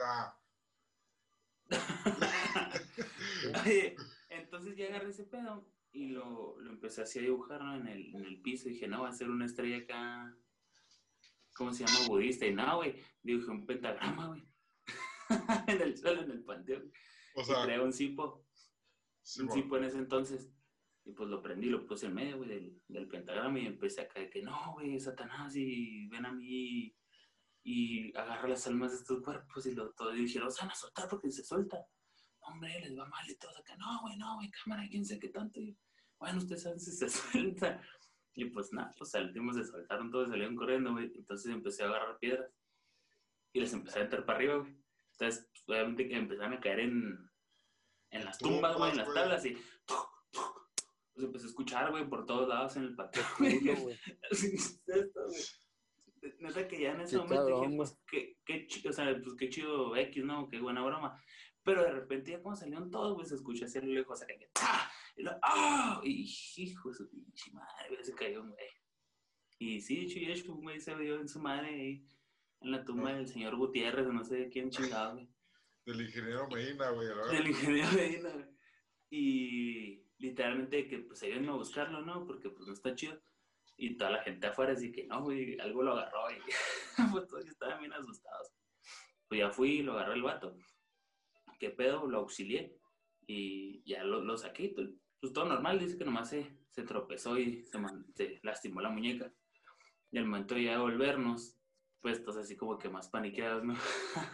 Oye, entonces ya agarré ese pedo y lo empecé así a dibujar, ¿no? en el piso. Dije, no, va a ser una estrella acá, ¿cómo se llama? Budista. Y no, güey, dibujé un pentagrama, güey. En el suelo, en el panteón. O sea, y creé un cipo. Un cipo en ese entonces. Y pues lo prendí, lo puse en medio, güey, del pentagrama y empecé a caer que no, güey, Satanás, y ven a mí y agarra las almas de estos cuerpos y todos dijeron, se van a soltar porque se suelta. Hombre, les va mal y todos acá, no, güey, cámara, quién sé qué tanto. Y, bueno, ustedes saben si se suelta. Y pues nada, pues al último se soltaron todos, salieron corriendo, güey. Entonces empecé a agarrar piedras. y les empecé a entrar para arriba, güey. Entonces, pues, obviamente que empezaron a caer en las tumbas, güey, en las tablas y pues empecé a escuchar, güey, por todos lados en el patio, güey. Esto, güey. Neta que ya en ese momento dije, pues, qué chido, o sea, pues, qué chido X, ¿no? Qué buena broma. Pero de repente ya cuando salieron todos, güey, se escucha hacia lo lejos, acá que ¡ah! Y ¡ah! Y hijo de su pinche madre, güey, se cayó, güey. Y sí, dicho y hecho, güey, se vio en su madre ahí, en la tumba del señor Gutiérrez, no sé de quién chingado, güey. Del ingeniero Medina, güey, ¿verdad? Del ingeniero Medina, güey. Y literalmente que pues se iban a buscarlo, ¿no? Porque pues no está chido. Y toda la gente afuera así que no, güey, algo lo agarró y pues todos estaban bien asustados. Pues ya fui y lo agarré el vato. ¿Qué pedo? Lo auxilié y ya lo saqué. Pues todo normal, dice que nomás se tropezó y se lastimó la muñeca. Y al momento ya de volvernos, pues todos así como que más paniqueados, ¿no?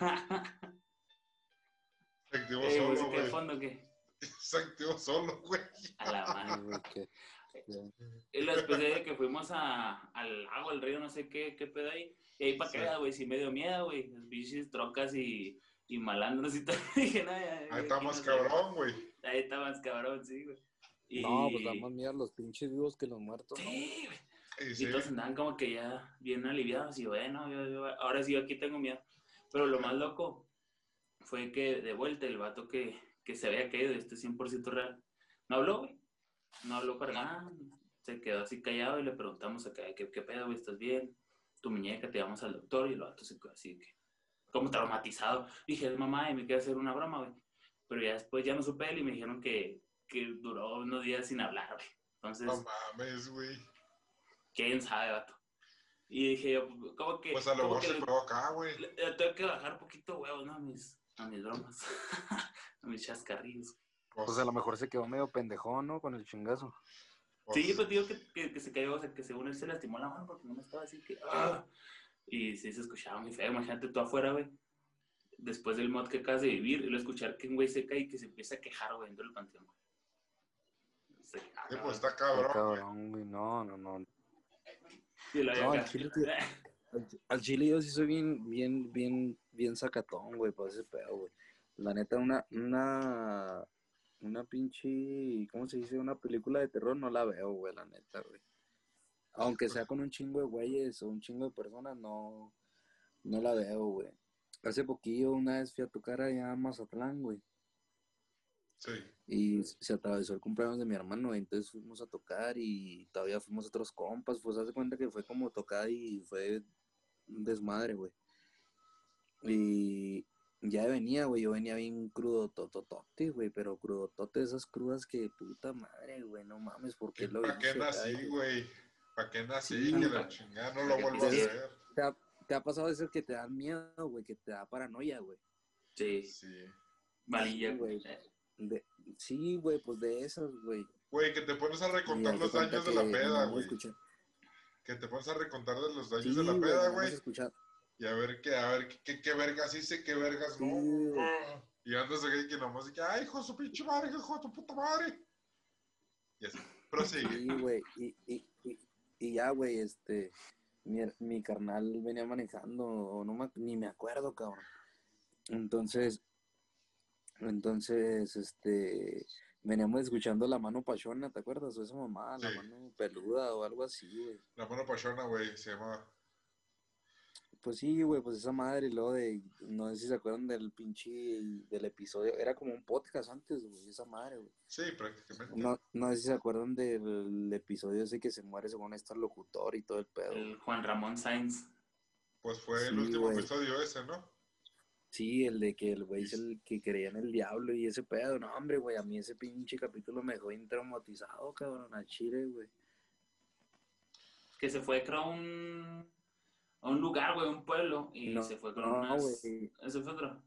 Se activó solo, güey. ¿Qué fondo qué? Se activó solo, güey. A la madre, güey. Y después de que fuimos al lago, al río, no sé qué pedo ahí. Y ahí para qué, güey, sí me dio miedo, güey. Las bichis, trocas y malandros y todo. Dije, no, ahí está más cabrón, güey. Ahí está más cabrón, sí, güey. No, pues da más miedo a los pinches vivos que los muertos. Sí, güey. Sí. Y todos andaban como que ya bien aliviados. Y bueno, yo, ahora sí, yo aquí tengo miedo. Pero lo más loco fue que de vuelta el vato que se había caído, 100% real, no habló, güey. No habló para nada. Se quedó así callado y le preguntamos acá, ¿qué pedo, güey? ¿Estás bien? Tu muñeca, te llevamos al doctor. Y el vato se quedó así que, como traumatizado. Dije, es mamá, y me quedé hacer una broma, güey. Pero ya después ya no supe él y me dijeron que duró unos días sin hablar, güey. Entonces, no mames, güey. ¿Quién sabe, vato? Y dije yo, ¿cómo que? Pues a lo mejor se pegó acá, güey. Tengo que bajar un poquito, huevos, ¿no? A mis bromas. A mis chascarrillos. Pues a lo mejor se quedó medio pendejón, ¿no? Con el chingazo. Sí, pues digo que se cayó, o sea, que según él se lastimó la mano porque no me estaba así que... ¡ah! Y sí se escuchaba muy feo. Imagínate tú afuera, güey. Después del mod que acabas de vivir, y lo escuchar que un güey se cae y que se empieza a quejar, güey, dentro del panteón, güey. Sí, pues está cabrón, güey. No. Sí, No, al chile yo sí soy bien sacatón, güey, por ese pedo, güey. La neta, una pinche, ¿cómo se dice? Una película de terror no la veo, güey, la neta, güey. Aunque sea con un chingo de güeyes o un chingo de personas, no la veo, güey. Hace poquillo una vez fui a tocar allá a Mazatlán, güey. Sí. Y se atravesó el cumpleaños de mi hermano, entonces fuimos a tocar y todavía fuimos otros compas, pues hace cuenta que fue como tocar y fue un desmadre, güey. Y ya venía, güey, yo venía bien crudo tototote, güey, pero crudotote, esas crudas que puta madre, güey, no mames, ¿por qué lo hice? ¿Para qué nací, güey? ¿Para qué nací? Sí, que la chingada no lo vuelvo a hacer. ¿Te ha pasado eso que te da miedo, güey, que te da paranoia, güey? Sí. Malilla, güey. Sí, güey, pues de esas, güey. Güey, que te pones a recontar los daños de la peda, güey. Que te pones a recontar de los daños de la peda, güey. Y a ver qué vergas hice, qué vergas no. Y andas aquí que nomás dice, ay, hijo de su pinche madre, hijo de tu puta madre. Y así, prosigue. Sí, güey, y ya, güey, mi carnal venía manejando, o ni me acuerdo, cabrón. Entonces, veníamos escuchando La Mano Pachona, ¿te acuerdas? O esa mamá, sí. La Mano Peluda o algo así, güey. La Mano Pachona, güey, se llama. Pues sí, güey, pues esa madre, y luego no sé si se acuerdan del episodio, era como un podcast antes, güey, esa madre, güey. Sí, prácticamente. No sé si se acuerdan del episodio ese que se muere según este locutor y todo el pedo. El Juan Ramón Sainz. Pues fue el último episodio ese, ¿no? Sí, el de que el güey es el que creía en el diablo y ese pedo. No, hombre, güey, a mí ese pinche capítulo me dejó bien traumatizado, cabrón, a Chile, güey. Que se fue, creo, a un lugar, güey, un pueblo, y se fue con unas... Wey. ¿Ese fue otro?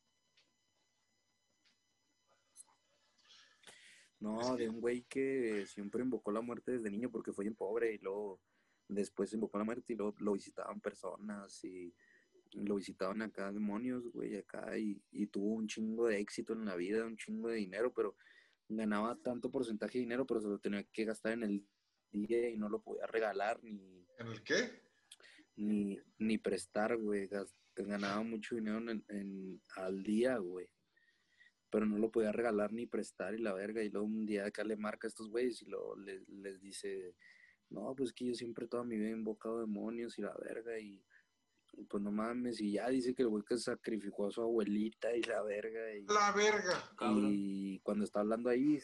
No, de un güey que siempre invocó la muerte desde niño porque fue bien pobre y luego después invocó la muerte y luego lo visitaban personas y lo visitaban acá demonios, güey, acá y tuvo un chingo de éxito en la vida, un chingo de dinero, pero ganaba tanto porcentaje de dinero, pero se lo tenía que gastar en el día y no lo podía regalar ni... ¿En el qué? ni prestar, güey. Ganaba mucho dinero al día, güey. Pero no lo podía regalar ni prestar y la verga. Y luego un día acá le marca a estos güeyes y les dice, no, pues que yo siempre toda mi vida he invocado demonios y la verga. Y pues no mames. Y ya dice que el güey que sacrificó a su abuelita y la verga. La verga. Y cuando está hablando ahí,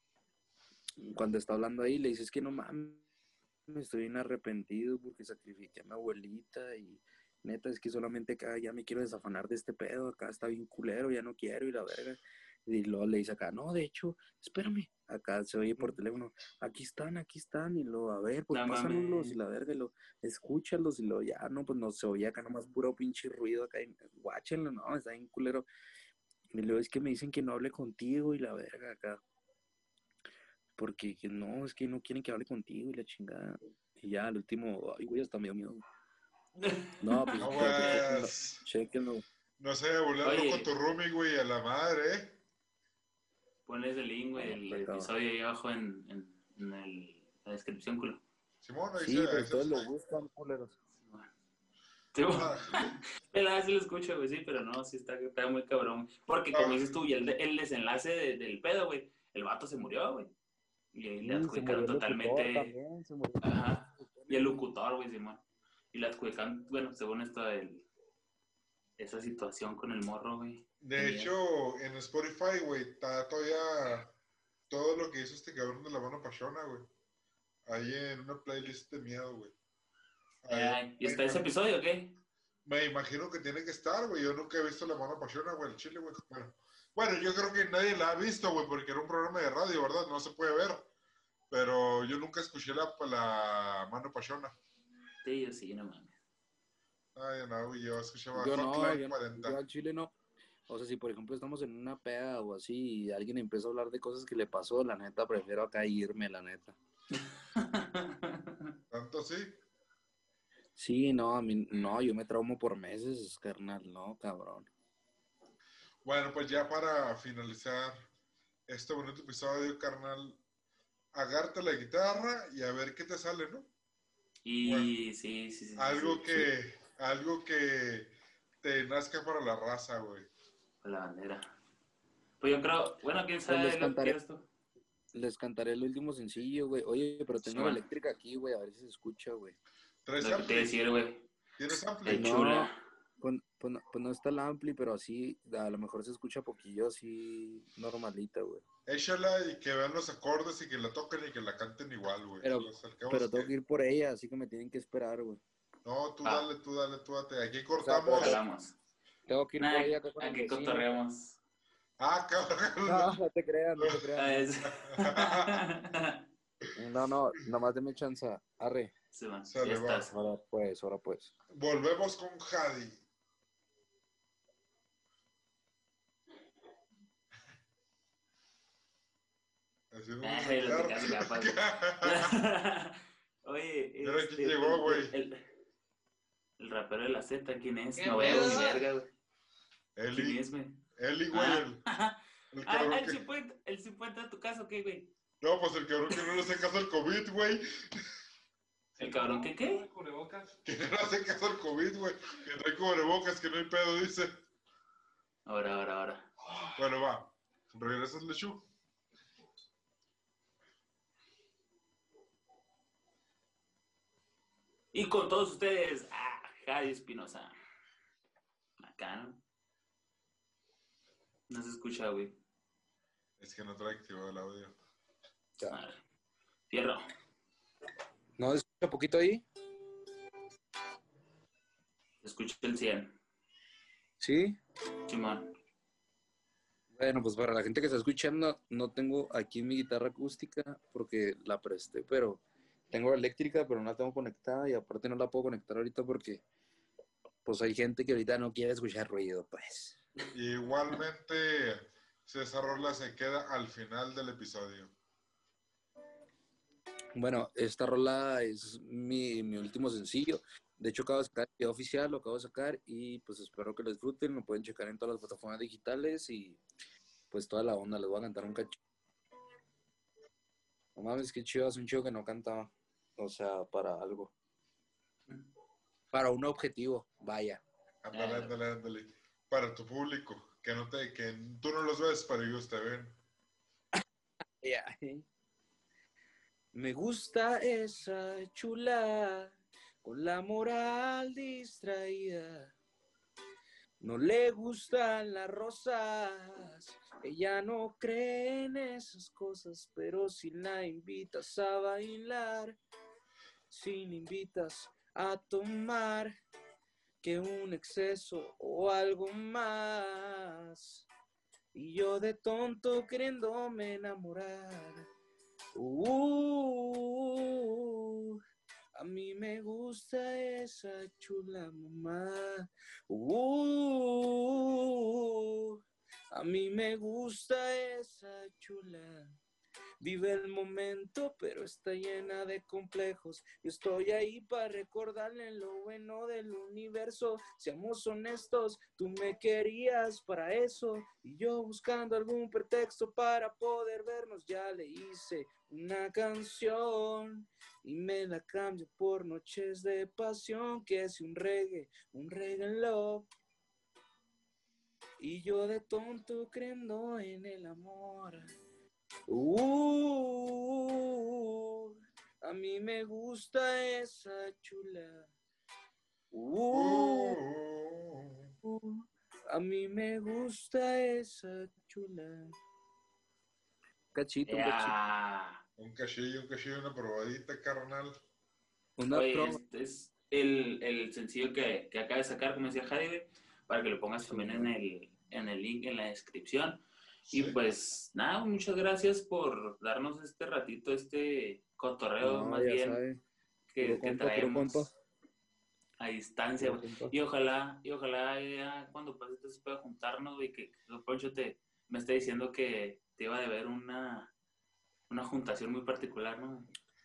le dices que no mames, estoy bien arrepentido porque sacrifiqué a mi abuelita y neta es que solamente acá ya me quiero desafanar de este pedo, acá está bien culero, ya no quiero y la verga. Y luego le dice acá, no, de hecho, espérame, acá se oye por teléfono, aquí están, y luego, a ver, pues No pásanos mames. y la verga, y lo escúchalos, y luego ya, no, pues no se oía acá nomás puro pinche ruido acá, y, guáchenlo, no, está bien culero. Y luego es que me dicen que no hable contigo y la verga acá. Porque que no, es que no quieren que hable contigo y la chingada. Y ya, al último, ay, güey, hasta me dio miedo. No, pues, No, pero que pues. chéquenlo. No sé, burlando con Oye, tu roomie, güey, a la madre, ¿eh? ponles el link, güey, No, del está cabrón. episodio ahí abajo la descripción, culo. Simón, Sí, pero ahí se ustedes los lo traigo. buscan, culeros. Sí, Ah, sí lo escucho, güey, sí, pero no, sí está muy cabrón. Porque como ah, dices tú, y el desenlace del pedo, güey, el vato se murió, güey. Y ahí le Se adjudicaron murió el locutor totalmente, también, se murió ajá, y el el locutor, güey, Simón. Y le adjudican, bueno, según esto, esa situación con el morro, güey. Qué de miedo. hecho, en Spotify, güey, está todavía todo lo que hizo este cabrón de la mano pachona, güey. Ahí en una playlist de miedo, güey. Ahí, Ay, ¿y está ese episodio o qué? me imagino que tiene que estar, güey. Yo nunca he visto la mano pachona, güey, el chile, güey. Bueno, yo creo que nadie la ha visto, güey, porque era un programa de radio, ¿verdad? No se puede ver. Pero yo nunca escuché la mano pachona. Sí, yo sí, no mames. Ay, no, güey, yo escuchaba Yo no, Hotline yo 40. al chile no. O sea, si por ejemplo estamos en una peda o así y alguien empieza a hablar de cosas que le pasó, la neta, prefiero acá irme, la neta. ¿Tanto sí? Sí, no, a mí, no, yo me traumo por meses, carnal, no, cabrón. Bueno, pues ya para finalizar este bonito episodio, carnal, agárrate la guitarra y a ver qué te sale, ¿no? Bueno, Y sí. algo que te nazca para la raza, güey. Con la bandera. Pues yo creo, bueno, quién Pues sabe lo que quieres tú. les cantaré el último sencillo, güey. Oye, pero Sí, tengo la man. eléctrica aquí, güey, a ver si se escucha, güey. ¿Traes Lo que te iba a ampli? decir, güey. ¿Tienes ampli? El No, chula. pues no está el ampli, pero así, a lo mejor se escucha poquillo, así, normalita, güey. Échala y que vean los acordes y que la toquen y que la canten igual, güey. Pero, Los alcabos pero tengo que... que ir por ella, así que me tienen que esperar, güey. No, tú Ah, dale, tú dale, tú date. Aquí O sea, pero cortamos. jalamos. tengo que ir por Nada, ella acá con el aquí vecino. cotorreamos. Ah, cabrón. No, no te creas, no te creas. Ah, es... No, nomás deme chance. Arre. Sí, man, ya Sale, va. estás. Ahora pues. Volvemos con Jadi. Haciendo un Ay, lo te casi militar. capaz. Oye, Mira quién llegó, güey. el rapero de la Z, ¿quién es? ¿Qué No veo pedo? ni verga, güey. ¿Quién Eli, es, güey? Eli, güey. El cabrón el que... sí puede entrar a tu casa, ¿qué, güey? No, pues el cabrón que no le hace caso al COVID, güey. ¿El cabrón que qué? Cubrebocas. Que no le hace caso al COVID, güey. Que trae cubrebocas, que no hay pedo, dice. Ahora. Bueno, va. ¿Regresas, Lechu? Y con todos ustedes, Jadi Espinosa. Acá, ¿no? No se escucha, güey. Es que no trae activado el audio. A ver. Fierro. ¿No se escucha poquito ahí? Se escucha el 100. Sí. Chimón. Bueno, pues para la gente que está escuchando, no tengo aquí mi guitarra acústica porque la presté, pero tengo la eléctrica, pero no la tengo conectada y aparte no la puedo conectar ahorita porque pues hay gente que ahorita no quiere escuchar ruido, pues. Igualmente, César Rola se queda al final del episodio. Bueno, esta rola es mi último sencillo. De hecho, acabo de sacar el video oficial, lo acabo de sacar y pues espero que lo disfruten. Lo pueden checar en todas las plataformas digitales y pues toda la onda. Les voy a cantar un cacho. No mames, qué chido, es un chido que no cantaba. O sea, para algo. Para un objetivo, vaya. Ándale. Para tu público, que tú no los ves, pero ellos te ven. Ya. Me gusta esa chula con la moral distraída. No le gustan las rosas, ella no cree en esas cosas, pero si la invitas a bailar, si la invitas a tomar, que un exceso o algo más, y yo de tonto queriéndome enamorar. A mí me gusta esa chula mamá. A mí me gusta esa chula. Vive el momento, pero está llena de complejos. Yo estoy ahí para recordarle lo bueno del universo. Seamos honestos, tú me querías para eso. Y yo buscando algún pretexto para poder vernos. Ya le hice una canción y me la cambio por Noches de Pasión, que es un reggae en love. Y yo de tonto creyendo en el amor. A mí me gusta esa chula. A mí me gusta esa chula. Cachito, Un cachillo, una probadita, carnal. Oye, este es el sencillo que acaba de sacar, como decía Javi, para que lo pongas también en el link en la descripción. Sí. Y pues nada, muchas gracias por darnos este ratito, este cotorreo más bien que traemos a distancia. Y ojalá ya cuando pase esto se pueda juntarnos y que Poncho me está diciendo que te iba a deber una juntación muy particular, ¿no?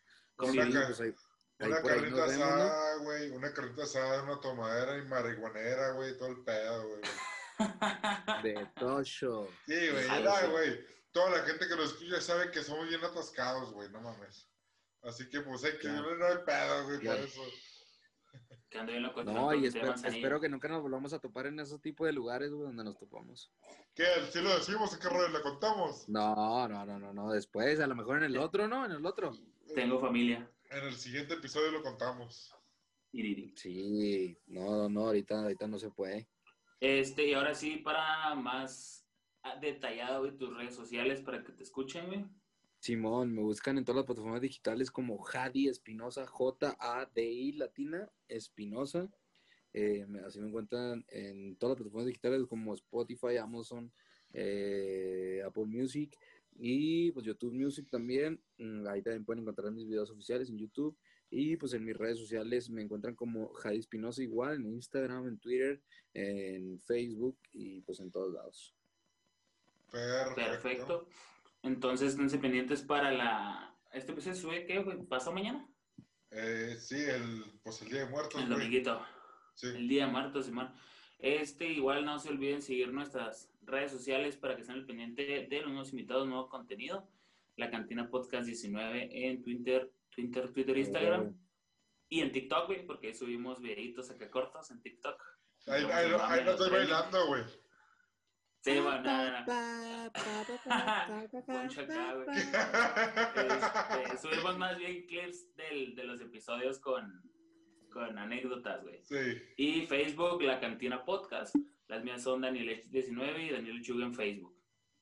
Una carnita asada, güey, una carnita asada, una tomadera y marihuanera, güey, todo el pedo, güey. De Tocho. Sí, güey, toda la gente que nos escucha sabe que somos bien atascados, güey, no mames. Así que, pues, no hay pedo, güey, por eso. Que ando bien loco. No, y espero que nunca nos volvamos a topar en ese tipo de lugares, güey, donde nos topamos. ¿Qué? ¿Sí lo decimos o qué rollo le contamos? No, después, a lo mejor en el otro, ¿no? En el otro. Tengo familia. En el siguiente episodio lo contamos. Sí, no, ahorita no se puede. Y ahora sí, para más detallado, güey, tus redes sociales para que te escuchen, güey. Simón, me buscan en todas las plataformas digitales como Jadi Espinosa, Jadi latina, Espinosa. Así me encuentran en todas las plataformas digitales como Spotify, Amazon, Apple Music y pues YouTube Music también. Ahí también pueden encontrar mis videos oficiales en YouTube. Y pues en mis redes sociales me encuentran como Jadi Espinosa igual, en Instagram, en Twitter, en Facebook y pues en todos lados. Perfecto. Entonces, esténse pendientes para ¿este episodio sube qué, güey? ¿Pasó mañana? Sí, el Día de Muertos. El dominguito. Sí. El Día de Muertos, Simón. Igual no se olviden seguir nuestras redes sociales para que estén al pendiente de los nuevos invitados, nuevo contenido. La Cantina Podcast 19 en Twitter, Instagram y en TikTok, güey, porque subimos videitos acá cortos en TikTok. Ahí no estoy bailando, güey. Sí, bueno, nada. Poncho acá, güey. Subimos más bien clips de los episodios con anécdotas, güey. Sí. Y Facebook, La Cantina Podcast. Las mías son Daniel H19 y Daniel Chuga en Facebook.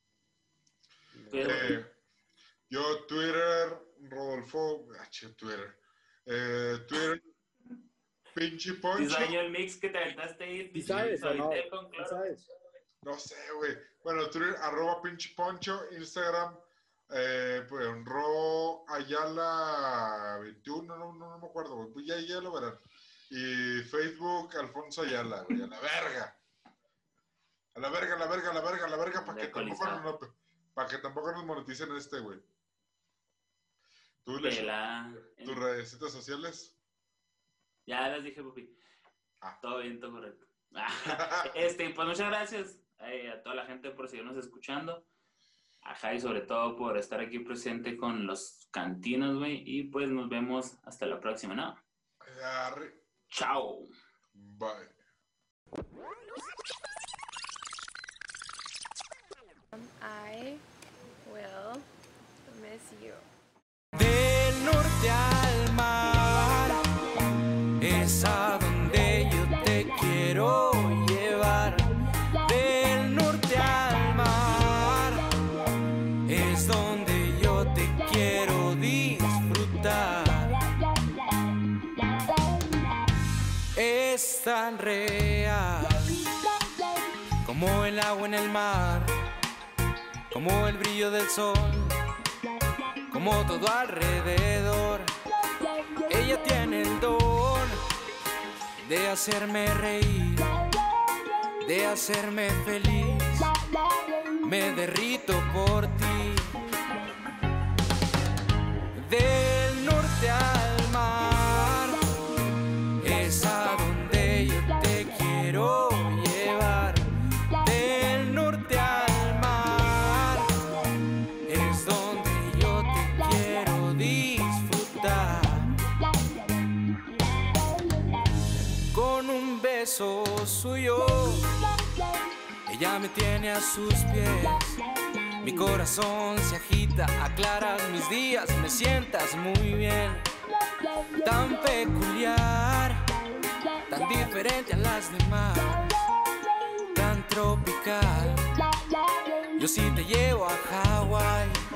Yo Twitter, Rodolfo, Twitter, pinche Poncho. Diseño el mix que te aventaste ahí. ¿Y sabes o no? ¿Sabes? No sé, güey. Bueno, Twitter, @pinche Poncho, Instagram, pues Ayala 21, no me acuerdo, güey. Pues ya lo verán. Y Facebook, Alfonso Ayala, güey, a la verga. A la verga, para que tampoco nos moneticen güey. ¿Tú, tus redes sociales? Ya las dije, papi. Todo bien, todo correcto. Pues muchas gracias a toda la gente por seguirnos escuchando. A Jai sobre todo por estar aquí presente con los cantinos, güey. Y pues nos vemos hasta la próxima, ¿no? Chao. Bye. I will miss you. Del norte al mar es a donde yo te quiero llevar. Del norte al mar es donde yo te quiero disfrutar. Es tan real como el agua en el mar, como el brillo del sol, como todo alrededor. Ella tiene el don de hacerme reír, de hacerme feliz. Me derrito por ti. Del norte al mar es a donde yo te quiero llevar. Del norte al mar es donde yo te quiero disfrutar. Con un beso suyo ella me tiene a sus pies. Mi corazón se agita, aclaras mis días, me sientas muy bien. Tan peculiar, tan diferente a las demás, tan tropical. Yo sí te llevo a Hawái.